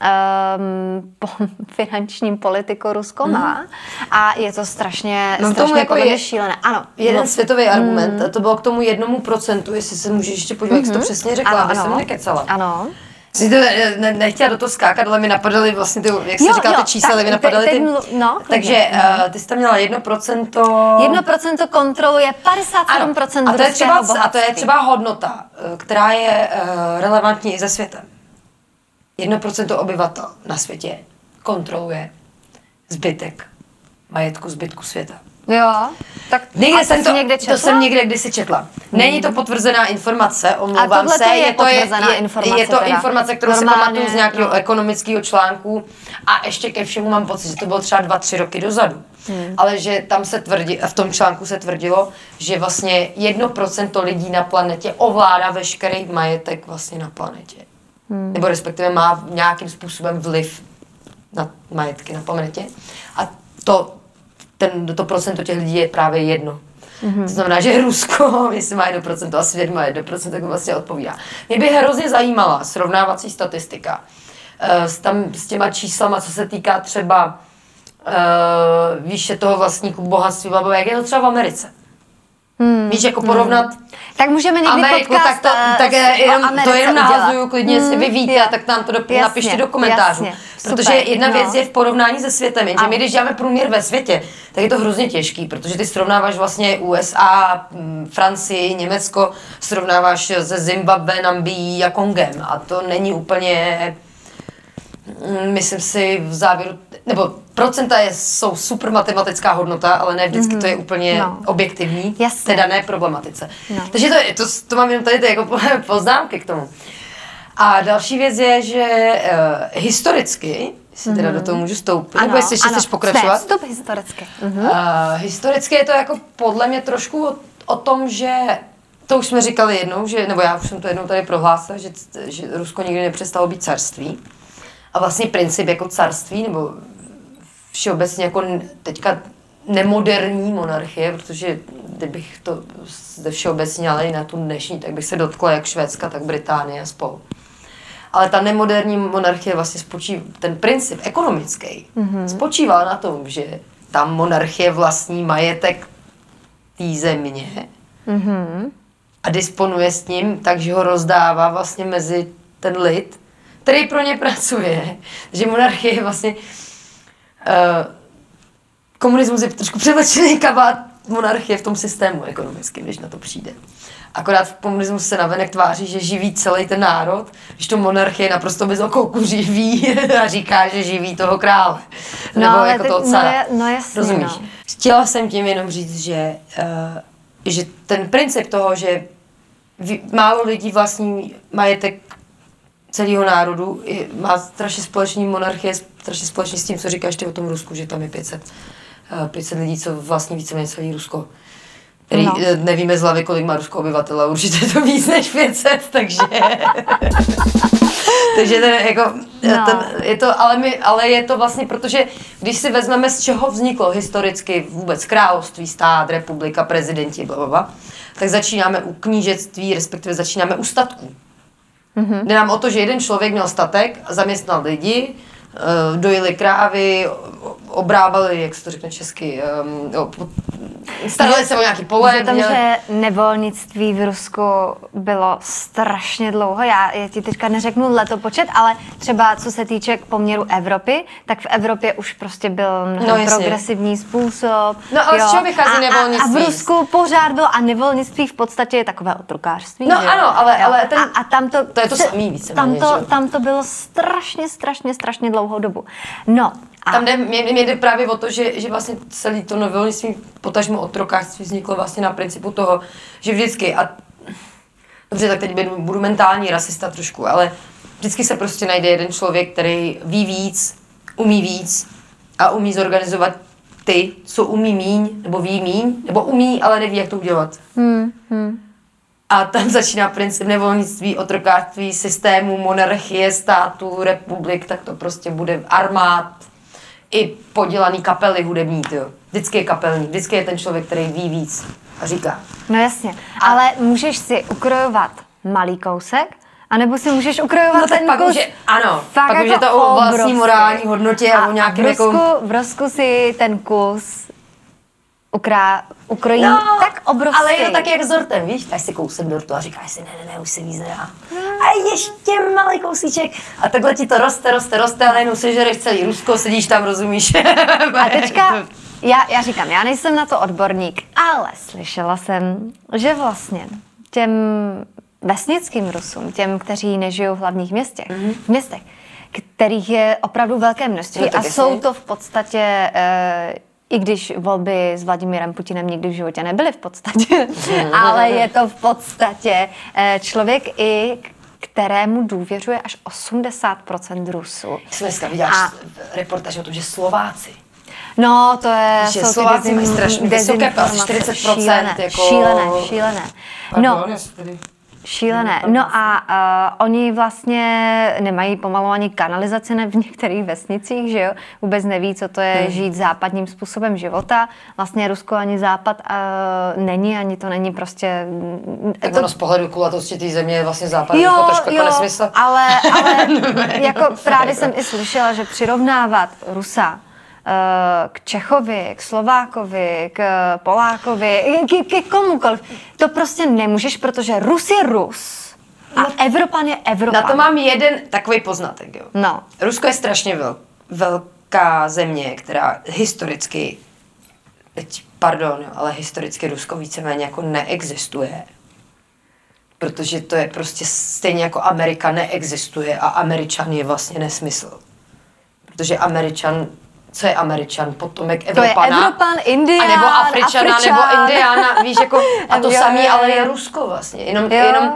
finanční politiku Rusko má a je to strašně jako šílené. Ano. Jeden světový argument, to bylo k tomu 1%, jestli se můžeš ještě podívat, jak jsi to přesně řekla, aby jsem nekecala. Ano. Jsi to nechtěla do toho skákat, ale mi napadaly vlastně ty, jak jsi říkala, ty čísla, mi napadaly ty... Takže ty jsi tam měla 1%... 1% kontroluje 57% ruského bohatství. A to je třeba hodnota, která je relevantní i ze světem. 1% obyvatel na světě kontroluje zbytek majetku zbytku světa. Jo, tak Někde jsem to, někde četla? to jsem někde kdysi četla. Není to potvrzená informace, omlouvám se. Je potvrzená informace. Je to teda. informace, kterou Normálně, si pamatuju z nějakého ekonomického článku a ještě ke všemu mám pocit, že to bylo třeba 2-3 roky dozadu. Ale že tam se tvrdí, v tom článku se tvrdilo, že vlastně 1% lidí na planetě ovládá veškerý majetek vlastně na planetě. Nebo respektive má nějakým způsobem vliv na majetky na planetě. A to procento těch lidí je právě 1. To znamená, že Rusko, jestli má 1% a svět má 1%, tak vlastně odpovídá. Mě by hrozně zajímala srovnávací statistika s těma číslama, co se týká třeba výše toho vlastníku bohatství, jak je to třeba v Americe. Víš, jako porovnat tak můžeme někdy Ameriku, podcast tak to jenom nahazuju, klidně, jestli vy víte, tak nám to napište do komentářů. Jasně, protože jedna věc je v porovnání se světem, jenže my, když děláme průměr ve světě, tak je to hrozně těžký, protože ty srovnáváš vlastně USA, Francii, Německo, srovnáváš se Zimbabwe, Nambií a Kongem a to není úplně, myslím si v závěru, nebo procenta jsou super matematická hodnota, ale ne vždycky to je úplně objektivní, té dané problematice. Takže to mám jenom tady jako poznámky k tomu. A další věc je, že historicky, jestli teda do toho můžu stoupit, nebo jestli ještě chceš pokračovat? Ne, vstup historicky. Historicky je to jako podle mě trošku o tom, že to už jsme říkali jednou, nebo já už jsem to jednou tady prohlásila, že Rusko nikdy nepřestalo být carství. A vlastně princip jako carství, nebo všeobecně jako teďka nemoderní monarchie, protože kdybych to zde všeobecně ale i na tu dnešní, tak bych se dotkla jak Švédska, tak Británie a spolu. Ale ta nemoderní monarchie vlastně ten princip ekonomický spočíval na tom, že ta monarchie vlastní majetek té země a disponuje s ním, takže ho rozdává vlastně mezi ten lid, který pro ně pracuje. Takže monarchie je vlastně komunismus je trošku převlečený kabát monarchie v tom systému ekonomickém, když na to přijde. Akorát v komunismu se navenek tváří, že živí celý ten národ, když to monarchie naprosto bez okolku živí a říká, že živí toho krále. Nebo jako toho cara. No jasně, rozumíš? No. Chtěla jsem tím jenom říct, že ten princip toho, že málo lidí vlastní majetek celého národu, má strašně společný monarchie, strašně společný s tím, co říkáš ty o tom Rusku, že tam je 500 lidí, co vlastní víceméně celý Rusko. Který nevíme z hlavy, kolik má Rusko obyvatel, a určitě je to víc než 500, takže... takže je to, ale je to vlastně, protože když si vezmeme, z čeho vzniklo historicky vůbec království, stát, republika, prezidenti, blablabla, tak začínáme u knížectví, respektive začínáme u statků. Jde nám o to, že jeden člověk měl statek, zaměstnal lidi, dojili krávy, obrábali, jak se to řekne česky, starali se o nějaký pole. Že nevolnictví v Rusku bylo strašně dlouho. Já ti teďka neřeknu letopočet, ale třeba co se týče k poměru Evropy, tak v Evropě už prostě byl mnohem progresivní způsob. No ale z čeho vychází nevolnictví? A v Rusku pořád bylo a nevolnictví v podstatě je takové otrokářství. No že? Ano, ale ten, a tam to je to samý víceméně. Tam to bylo strašně dlouhou dobu. No. Tam mě jde právě o to, že vlastně celý to nevolnictví, potažmo otrokářství vzniklo vlastně na principu toho, že vždycky, a dobře, tak teď budu mentální rasista trošku, ale vždycky se prostě najde jeden člověk, který ví víc, umí víc a umí zorganizovat ty, co umí míň, nebo ví míň, nebo umí, ale neví, jak to udělat. A tam začíná princip nevolnictví, otrokářství, systému, monarchie, států, republik, tak to prostě bude armád, i podělaný kapely hudební, tyjo. Vždycky je kapelník, vždycky je ten člověk, který ví víc a říká. No jasně, ale můžeš si ukrojovat malý kousek, anebo si můžeš ukrojovat ten pak kus. Ano, pak už je to o vlastní morální hodnotě a o nějakém v Rusku si ten kus ukrojí tak obrovský. Ale je to tak jak s dortem, víš? Tak si kousek dortu a říkáš si, ne, už se víc nedá. A ještě malý kousíček. A takhle ti to roste, ale jenom sežereš celý Rusko, sedíš tam, rozumíš? A teďka, já říkám, já nejsem na to odborník, ale slyšela jsem, že vlastně těm vesnickým Rusům, těm, kteří nežijou v hlavních městech, kterých je opravdu velké množství a jsou to v podstatě i když volby s Vladimírem Putinem nikdy v životě nebyly v podstatě, ale je to v podstatě člověk, i kterému důvěřuje až 80% Rusů. Jsi dneska viděla reportáž o tom, že Slováci. No, to je... Že Slováci mají strašně vysoké, asi 40%. Šílené. No, šílené. No a oni vlastně nemají pomalu ani kanalizaci v některých vesnicích, že jo? Vůbec neví, co to je žít západním způsobem života. Vlastně Rusko ani západ není, ani to není prostě... Tak ono z pohledu kulatosti té země je vlastně západ jako trošku jako nesmysl. Ale jako právě jsem i slyšela, že přirovnávat Rusa k Čechovi, k Slovákovi, k Polákovi, k komukoliv. To prostě nemůžeš, protože Rus je Rus a Evropan je Evropan. Na to mám jeden takový poznatek. Jo. No. Rusko je strašně velká země, která historicky, ale historicky Rusko víceméně jako neexistuje. Protože to je prostě stejně jako Amerika neexistuje a Američan je vlastně nesmysl. Protože Američan, co je Američan? Potomek Evropana. To je Evropan, Indián, nebo Afričana, nebo Indiána, víš, jako, a to samé, ale je Rusko vlastně. Jenom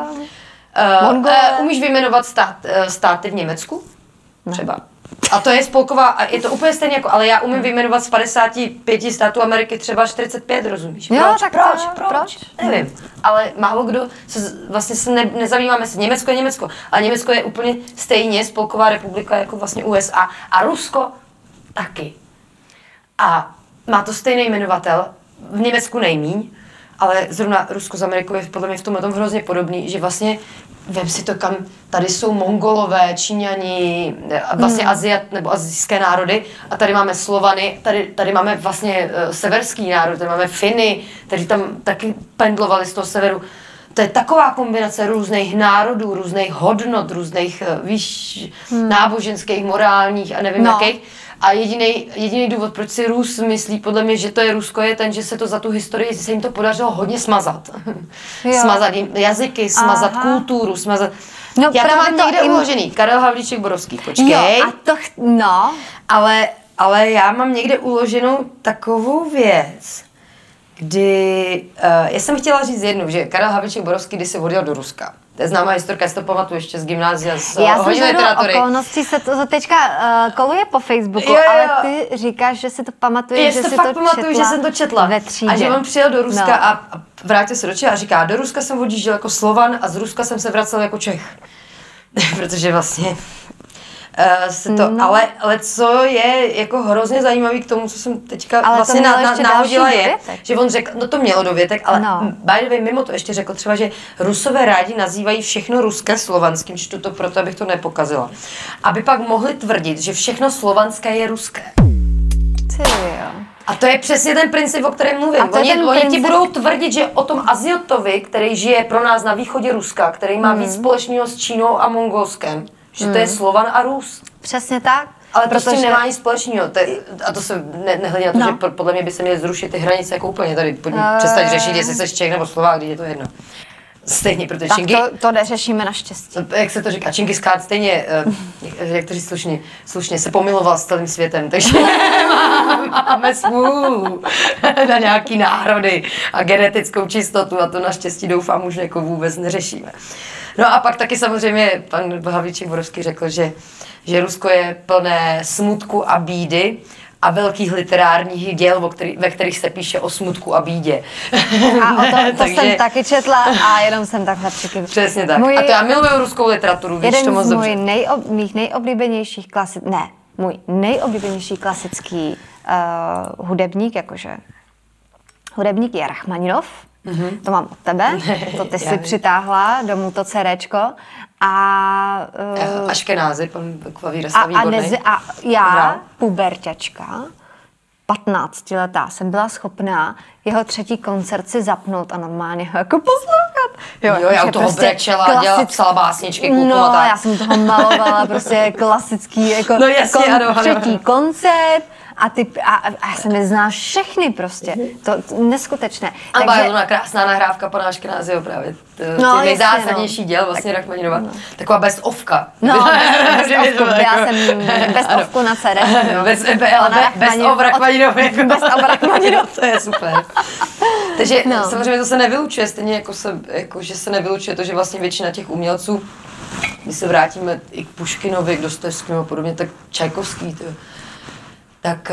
umíš vyjmenovat státy v Německu? Třeba. A to je spolková, a je to úplně stejně jako, ale já umím vyjmenovat z 55 států Ameriky třeba 45, rozumíš? Proč? Nevím. Ale málo kdo se nezabýváme se. Německo je Německo, ale Německo je úplně stejně spolková republika jako vlastně USA. A Rusko taky. A má to stejný jmenovatel, v Německu nejmíň, ale zrovna Rusko s Amerikou je podle mě v tomhle tom hrozně podobný, že vlastně vem si to, kam tady jsou Mongolové, Číňani, vlastně nebo asijské národy a tady máme Slovany, tady máme vlastně severský národ, tady máme Finy, kteří tam taky pendlovali z toho severu. To je taková kombinace různých národů, různých hodnot, různých, náboženských, morálních a nevím jakých. A jediný důvod, proč si Rus myslí, podle mě, že to je Rusko, je ten, že se to za tu historii, se jim to podařilo hodně smazat. Smazat jim jazyky, smazat kulturu, smazat... No, já to mám někde uložený, Karel Havlíček Borovský, počkej. Ale já mám někde uloženou takovou věc, kdy... já jsem chtěla říct jednu, že Karel Havlíček Borovský kdysi odjel do Ruska. To je známá historka, já si to pamatuju ještě z gymnázia, z hodiny literatury. Okolností se to teďka koluje po Facebooku, ale ty říkáš, že si to pamatuješ, že si to pamatuju, že jsem to četla. Ve třídě. A že on přijel do Ruska a vrátil se do Čech a říká, do Ruska jsem odjížděl jako Slovan a z Ruska jsem se vracel jako Čech. Protože vlastně... ale co je jako hrozně zajímavý k tomu, co jsem teďka ale vlastně nahodila je, že on řekl, no to mělo dovětek, ale by the way, mimo to ještě řekl třeba, že Rusové rádi nazývají všechno ruské slovanským, čtu to proto, abych to nepokazila. Aby pak mohli tvrdit, že všechno slovanské je ruské. A to je přesně ten princip, o kterém mluvím. Oni ti budou tvrdit, že o tom Aziotovi, který žije pro nás na východě Ruska, který má víc společného s Čínou a Mongolskem, že to je Slovan a Rus. Přesně tak. Ale protože nemá nic společného. A to se nehledí na to, že podle mě by se měly zrušit ty hranice jako úplně tady. Přestat řešit, jestli jsi Čech nebo Slovák, když je to jedno. Stejně, protože tak to neřešíme naštěstí. Jak se to říká, Čingis Khan stejně, jak to říct slušně, se pomiloval s celým světem, takže máme smůlu na nějaký národy a genetickou čistotu a to naštěstí doufám už jako vůbec neřešíme. No a pak taky samozřejmě pan Havlíček Borovský řekl, že Rusko je plné smutku a bídy a velkých literárních děl, ve kterých se píše o smutku a bídě. A o to jsem taky četla a jenom jsem takhle přikyvla. Přesně tak. A to já miluju ruskou literaturu, víš to moc dobře. Mých nejoblíbenějších můj nejoblíbenější klasický hudebník, hudebník je Rachmaninov. To mám od tebe, to ty si přitáhla domů to CDčko a Aškenázy, pan Klavírista výborný. A já, puberťačka, 15letá, jsem byla schopná jeho 3. koncert si zapnout a normálně ho jako poslouchat. Jo, já u toho prostě brečela, psala básničky, klukům a tak. Já jsem toho malovala, prostě klasický, jako no jasně, ano, 3. koncert A já jsem neznáš všechny prostě. To neskutečné. A byla to krásná nahrávka pana Aškenázyho právě. No, nejzásadnější děl vlastně Rachmaninova. No. Taková best-ofka. No, best-ofku. Já jsem best-ofku na CD. No. Best-of Rachmaninovi. Best-of Rachmaninovi. To je super. Takže samozřejmě to se nevylučuje, stejně jako že se nevylučuje to, že vlastně většina těch umělců, když se vrátíme i k Puškinovi, k Dostojevskému a podobně, tak Čajkovský, tak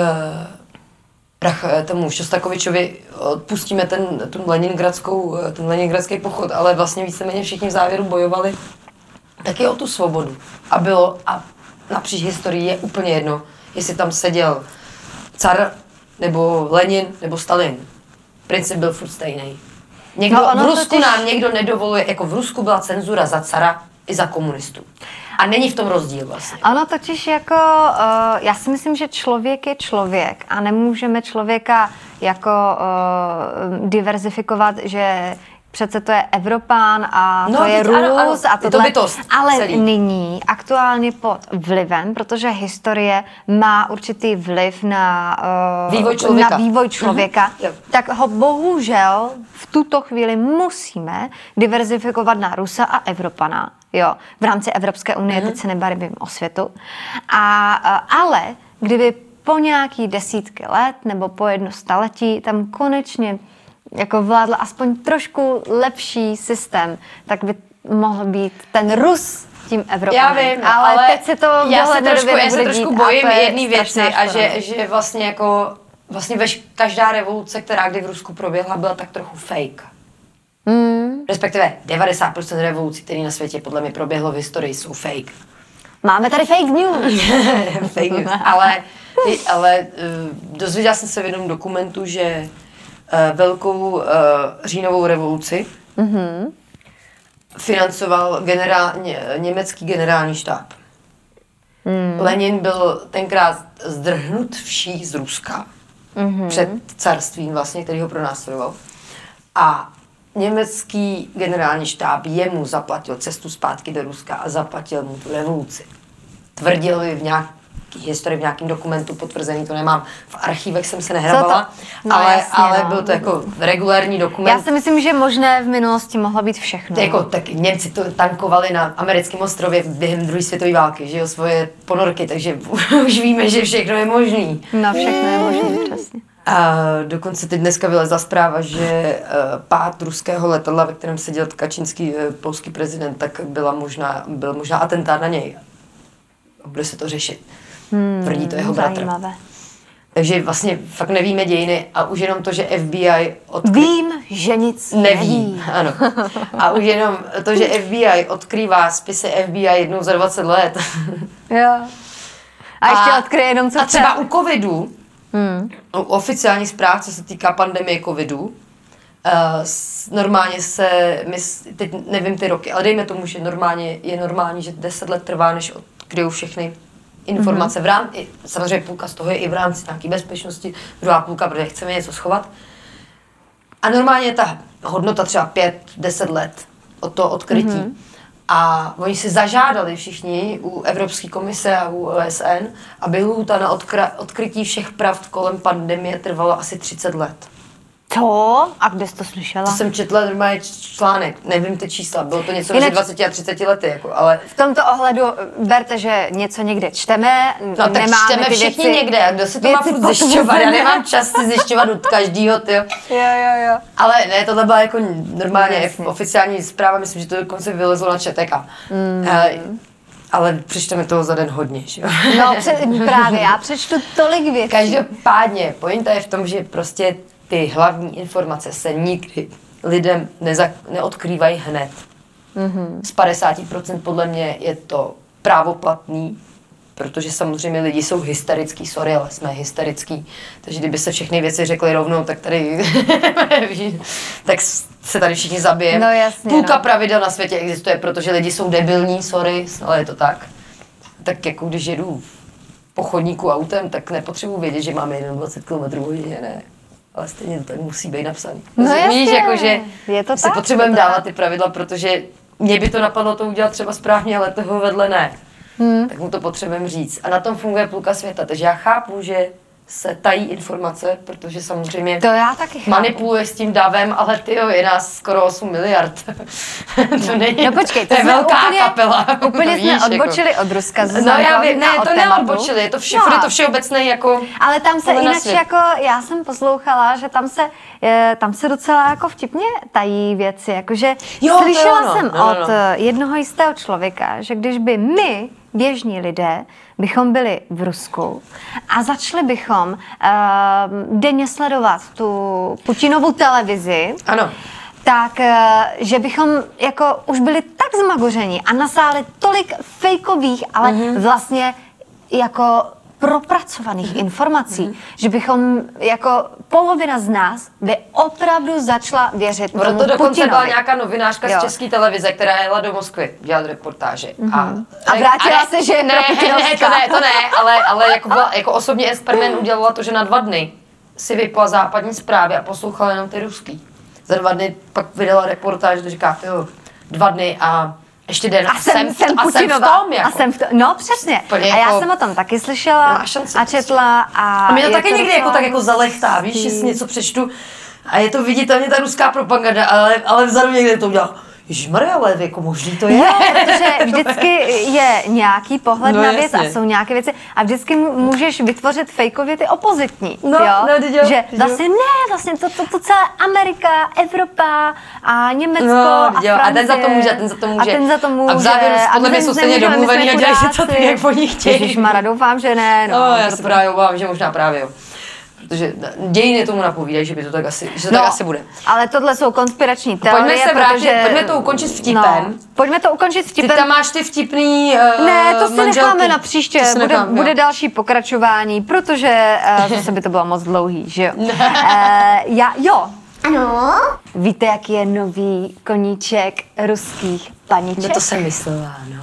tomu Šostakovičovi odpustíme ten leningradský pochod, ale vlastně víceméně všichni v závěru bojovali taky o tu svobodu. A napříč historii je úplně jedno, jestli tam seděl car, nebo Lenin, nebo Stalin. Princip byl furt stejný. V Rusku nám někdo nedovoluje, jako v Rusku byla cenzura za cara i za komunistů. A není v tom rozdíl vlastně. Ono totiž jako, já si myslím, že člověk je člověk a nemůžeme člověka jako diverzifikovat, že přece to je Evropán a to je Rus a tohle. To bytost ale celý. nyní aktuálně pod vlivem, protože historie má určitý vliv na vývoj člověka, tak ho bohužel v tuto chvíli musíme diverzifikovat na Rusa a Evropana. Jo, v rámci Evropské unie, teď se nebavím o světu. Ale kdyby po nějaký desítky let nebo po 1 staletí tam konečně jako vládl aspoň trošku lepší systém, tak by mohl být ten Rus tím Evropanem. Já vím, ale teď se to já se trošku bojím jedné věci a že vlastně jako každá revoluce, která kdy v Rusku proběhla, byla tak trochu fake. Respektive 90% revolucí, které na světě podle mě proběhlo v historii, jsou fake. Máme tady fake news. Fake news. Ale dozvěděla jsem se v jednom dokumentu, že velkou říjnovou revoluci financoval německý generální štáb. Lenin byl tenkrát zdrhnut vší z Ruska před carstvím vlastně, který ho pronásledoval. A německý generální štáb jemu zaplatil cestu zpátky do Ruska a zaplatil mu tu revoluci. Tvrdili v nějaké historii, v nějakém dokumentu potvrzený, to nemám. V archívech jsem se nehrabala, ale byl to jako regulární dokument. Já si myslím, že možné v minulosti mohlo být všechno. Jako, tak Němci to tankovali na americkém ostrově během druhé světové války, že jo, svoje ponorky, takže už víme, že všechno je možný. No, všechno je možný, přesně. A dokonce teď dneska vylezla zpráva, že pád ruského letadla, ve kterém seděl Kačínský polský prezident, tak byl možná atentát na něj. Bude se to řešit. Tvrdí to jeho bratr. Zajímavé. Takže vlastně fakt nevíme dějiny a už jenom to, že FBI Vím, že nic neví. Ano. A už jenom to, že FBI odkrývá spisy FBI jednou za 20 let. Jo. A ještě odkryje jenom co a třeba u covidu, oficiální zpráv, co se týká pandemie covidu, normálně teď nevím ty roky, ale dejme tomu, že je normální, že 10 let trvá, než odkryjou všechny informace. Samozřejmě půlka z toho je i v rámci nějaké bezpečnosti, druhá půlka, protože chceme něco schovat. A normálně je ta hodnota třeba 5-10 let od toho odkrytí. A oni si zažádali všichni u Evropské komise a u OSN, aby lhůta na odkrytí všech pravd kolem pandemie trvala asi 30 let. To? A kde jsi to slyšela? To jsem četla normálně článek, nevím ty čísla, bylo to něco mezi 20 a 30 lety, jako, ale... V tomto ohledu berte, že něco někde čteme, no, tak nemáme čteme ty všichni věci, někde, a kdo si to má furt zjišťovat, já nemám čas si zjišťovat od každýho, tyjo. Jo. Ale ne, tohle byla jako normálně oficiální zpráva, myslím, že to dokonce vylezlo na ČTK. Ale přečteme toho za den hodně, že jo? No právě, já přečtu tolik věcí. Každopádně, pointa je v tom, že prostě ty hlavní informace se nikdy lidem neodkrývají hned. Z 50% podle mě je to právoplatný, protože samozřejmě lidi jsou hysterický, sorry, ale jsme hysterický. Takže kdyby se všechny věci řekly rovnou, tak tady tak se tady všichni zabijeme. No jasně, Půlka pravidel na světě existuje, protože lidi jsou debilní, sorry, ale je to tak. Tak jako když jedu po chodníku autem, tak nepotřebuji vědět, že máme 21 km/h, ne. Ale stejně to tady musí být napsaný. No víš, jakože je to si tak, potřebujeme dávat ty pravidla, protože mě by to napadlo to udělat třeba správně, ale toho vedle ne. Tak mu to potřebujeme říct. A na tom funguje půlka světa. Takže já chápu, že se tají informace, protože samozřejmě To já taky chápu. manipuluje s tím davem, ale tyjo, je nás skoro 8 miliard. To není, No počkej, to je jsme velká úplně, kapela. Úplně víš, jsme odbočili od Ruska. No já vím, ne, to neodbočili, je to je to všeobecné jako... Ale tam se tohle na jinak svět. jako, já jsem poslouchala, že tam se docela jako vtipně tají věci, jakože Jo, to je slyšela ono. jsem No. od jednoho jistého člověka, že když by my, běžní lidé, bychom byli v Rusku a začali bychom denně sledovat tu Putinovu televizi, Ano. tak, že bychom jako už byli tak zmagoření a nasáli tolik fejkových, ale vlastně jako propracovaných informací, že bychom jako polovina z nás by opravdu začala věřit tomu Proto dokonce Putinovi. byla nějaká novinářka Jo. z české televize, která jela do Moskvy dělat reportáže. A vrátila se, že je proputinovská. to ne, ale jako osobně Espermen udělala to, že na 2 dny si vypla západní zprávy a poslouchala jenom ty ruský. Za 2 dny pak vydala reportáž, že říká, jo, 2 dny a ještě den A jsem v Putinová. tom, jako. A jsem v tom, no přesně. Úplně A já jako- jsem o tom taky slyšela Nemá šanci. a četla. A mě to je taky někdy jako docela tak jako zalechtá, víš, že si něco přečtu a je to viditelně ta ruská propaganda, ale vzadu někde to udělá. Ježišmarja, ale jako možný to je. Jo, protože vždycky je nějaký pohled No na věc jasně. a jsou nějaké věci a vždycky můžeš vytvořit fejkově ty opozitní, No, jo? no, teď jo, že teď vlastně ne, vlastně to celé Amerika, Evropa a Německo No, a teď jo, Francie. a ten za to může, a ten za to může. A ten za to může. A v závěru podle mě my jsou se stejně nemůžeme, my domluvený jsme a dělají si to chudáci. tak, jak oni chtějí. Ježišmarja, doufám, že ne. No, já se proto- právě obávám, že možná právě jo. Protože dějiny tomu napovídají, že by to tak asi, že to tak asi bude. Ale tohle jsou konspirační teorie, Pojďme se vrátit, protože- pojďme to ukončit vtipem. No, pojďme to ukončit Ty vtipem. tam máš ty vtipný Ne, to si manželky. necháme na příště, To si nechám, bude jo. další pokračování, protože zase by to bylo moc dlouhý, že jo? Jo. Ano. Víte, jaký je nový koníček ruských paniček? No to jsem myslela, no.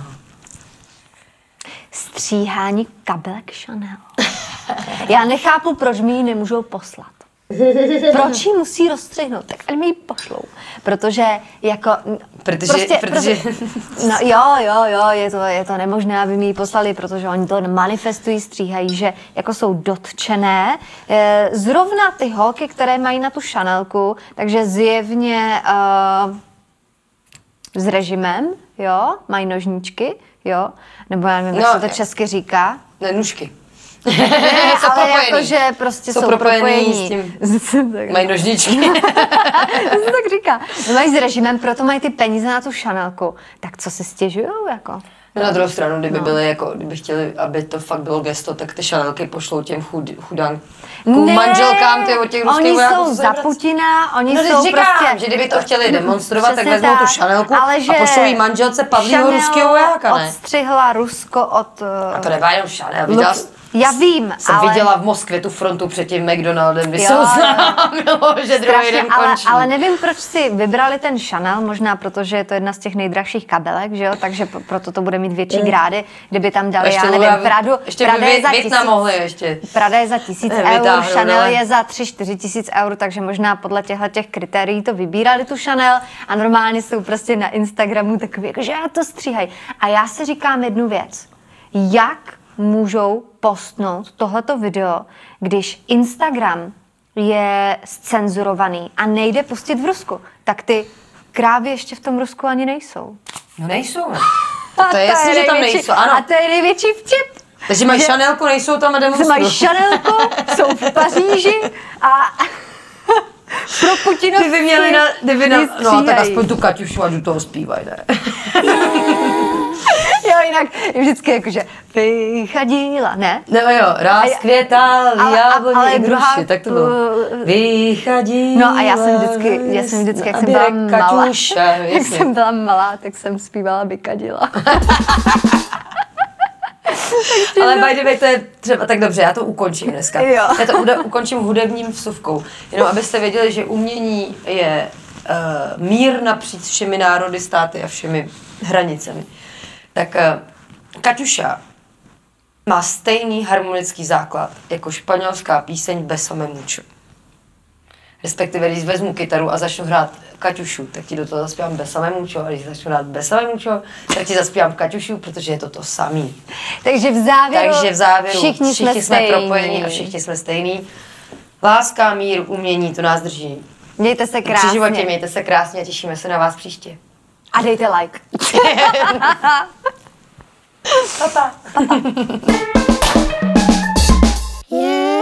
Stříhání kabelek Chanel. Já nechápu, proč mi ji nemůžou poslat. Proč ji musí rozstřihnout? Tak ať mi ji pošlou. Protože jako... Protože- No jo, je to nemožné, aby mi ji poslali, protože oni to manifestují, stříhají, že jako jsou dotčené. Zrovna ty holky, které mají na tu Chanelku, takže zjevně s režimem, jo, mají nožníčky, jo, nebo já nevím, jak se to česky říká. Ne, nůžky. Ne, Jsou ale propojený. jakože prostě jsou propojený propojení. s tím. Tak- Mají nožničky. To se tak říká. No, mají s režimem, proto mají ty peníze na tu Chanelku. Tak co si stěžujou, jako? No na druhou stranu, kdyby byly jako, kdyby chtěli, aby to fakt bylo gesto, tak ty Chanelky pošlou těm chudám manželkám ty od těch ruských oni vojáků, jsou co za zabrat. Putina, oni No, jsou teď říkám, prostě... že kdyby to chtěli demonstrovat, tak Přesně vezmou tu tak, Chanelku ale a že pošlou jí manželce padlýho Chanel ruského vojáka, ne? odstřihla Rusko od... A to nebyla jenom Chanel, viděla Já vím, jsem ale... viděla v Moskvě tu frontu před tím McDonaldem, kdy Jo, se jo. oznámilo, že druhý Strašně, den končí. ale nevím, proč si vybrali ten Chanel, možná protože je to jedna z těch nejdražších kabelek, že jo, takže proto to bude mít větší grády, kdyby tam dali, Ještě já nevím, Pradu, ještě Prada je za Vietnam mohli ještě. Prada je za 1000 eur, Vytáhnout, Chanel ale- je za 3-4 tisíc eur, takže možná podle těch kritérií to vybírali tu Chanel a normálně jsou prostě na Instagramu takový, jakože to stříhají. A já si říkám jednu věc, jak můžou postnout tohleto video, když Instagram je zcenzurovaný a nejde pustit v Rusku, tak ty krávy ještě v tom Rusku ani nejsou. No nejsou, ne? A To je jasně, že tam nejsou, ano. A to je největší vtip. Takže mají že- Chanelku, nejsou tam a Mají demonstrují. Chanelku, jsou v Paříži a pro Putinovský No tak aspoň tu Kaťušu a do toho zpívají, ne? Jo, jinak vždycky jakože vychadila, ne? No jo, rozkvětal ale jabloni i druhá- gruši, tak to bylo. Vychadila. No a já jsem vždycky, jak jsem byla malá, Kaťuša, jak jasně. jsem byla malá, tak jsem zpívala vykadila. Ale by the way, to je třeba tak dobře, já to ukončím dneska. Jo. Já to ukončím hudebním vsuvkou. Jenom abyste věděli, že umění je mír napříč všemi národy, státy a všemi hranicemi. Tak Kaťuša má stejný harmonický základ jako španělská píseň Besame mucho. Respektive, když vezmu kytaru a začnu hrát Kaťušu, tak ti do toho zaspívám Besame mucho, a když začnu hrát Besame mucho, tak ti zaspívám Kaťušu, protože je to samý. Takže v závěru všichni jsme propojení a všichni jsme stejný. Láska, mír, umění, to nás drží. Mějte se krásně. Při životě mějte se krásně a těšíme se na vás příště. A dejte like. Pa. Yeah.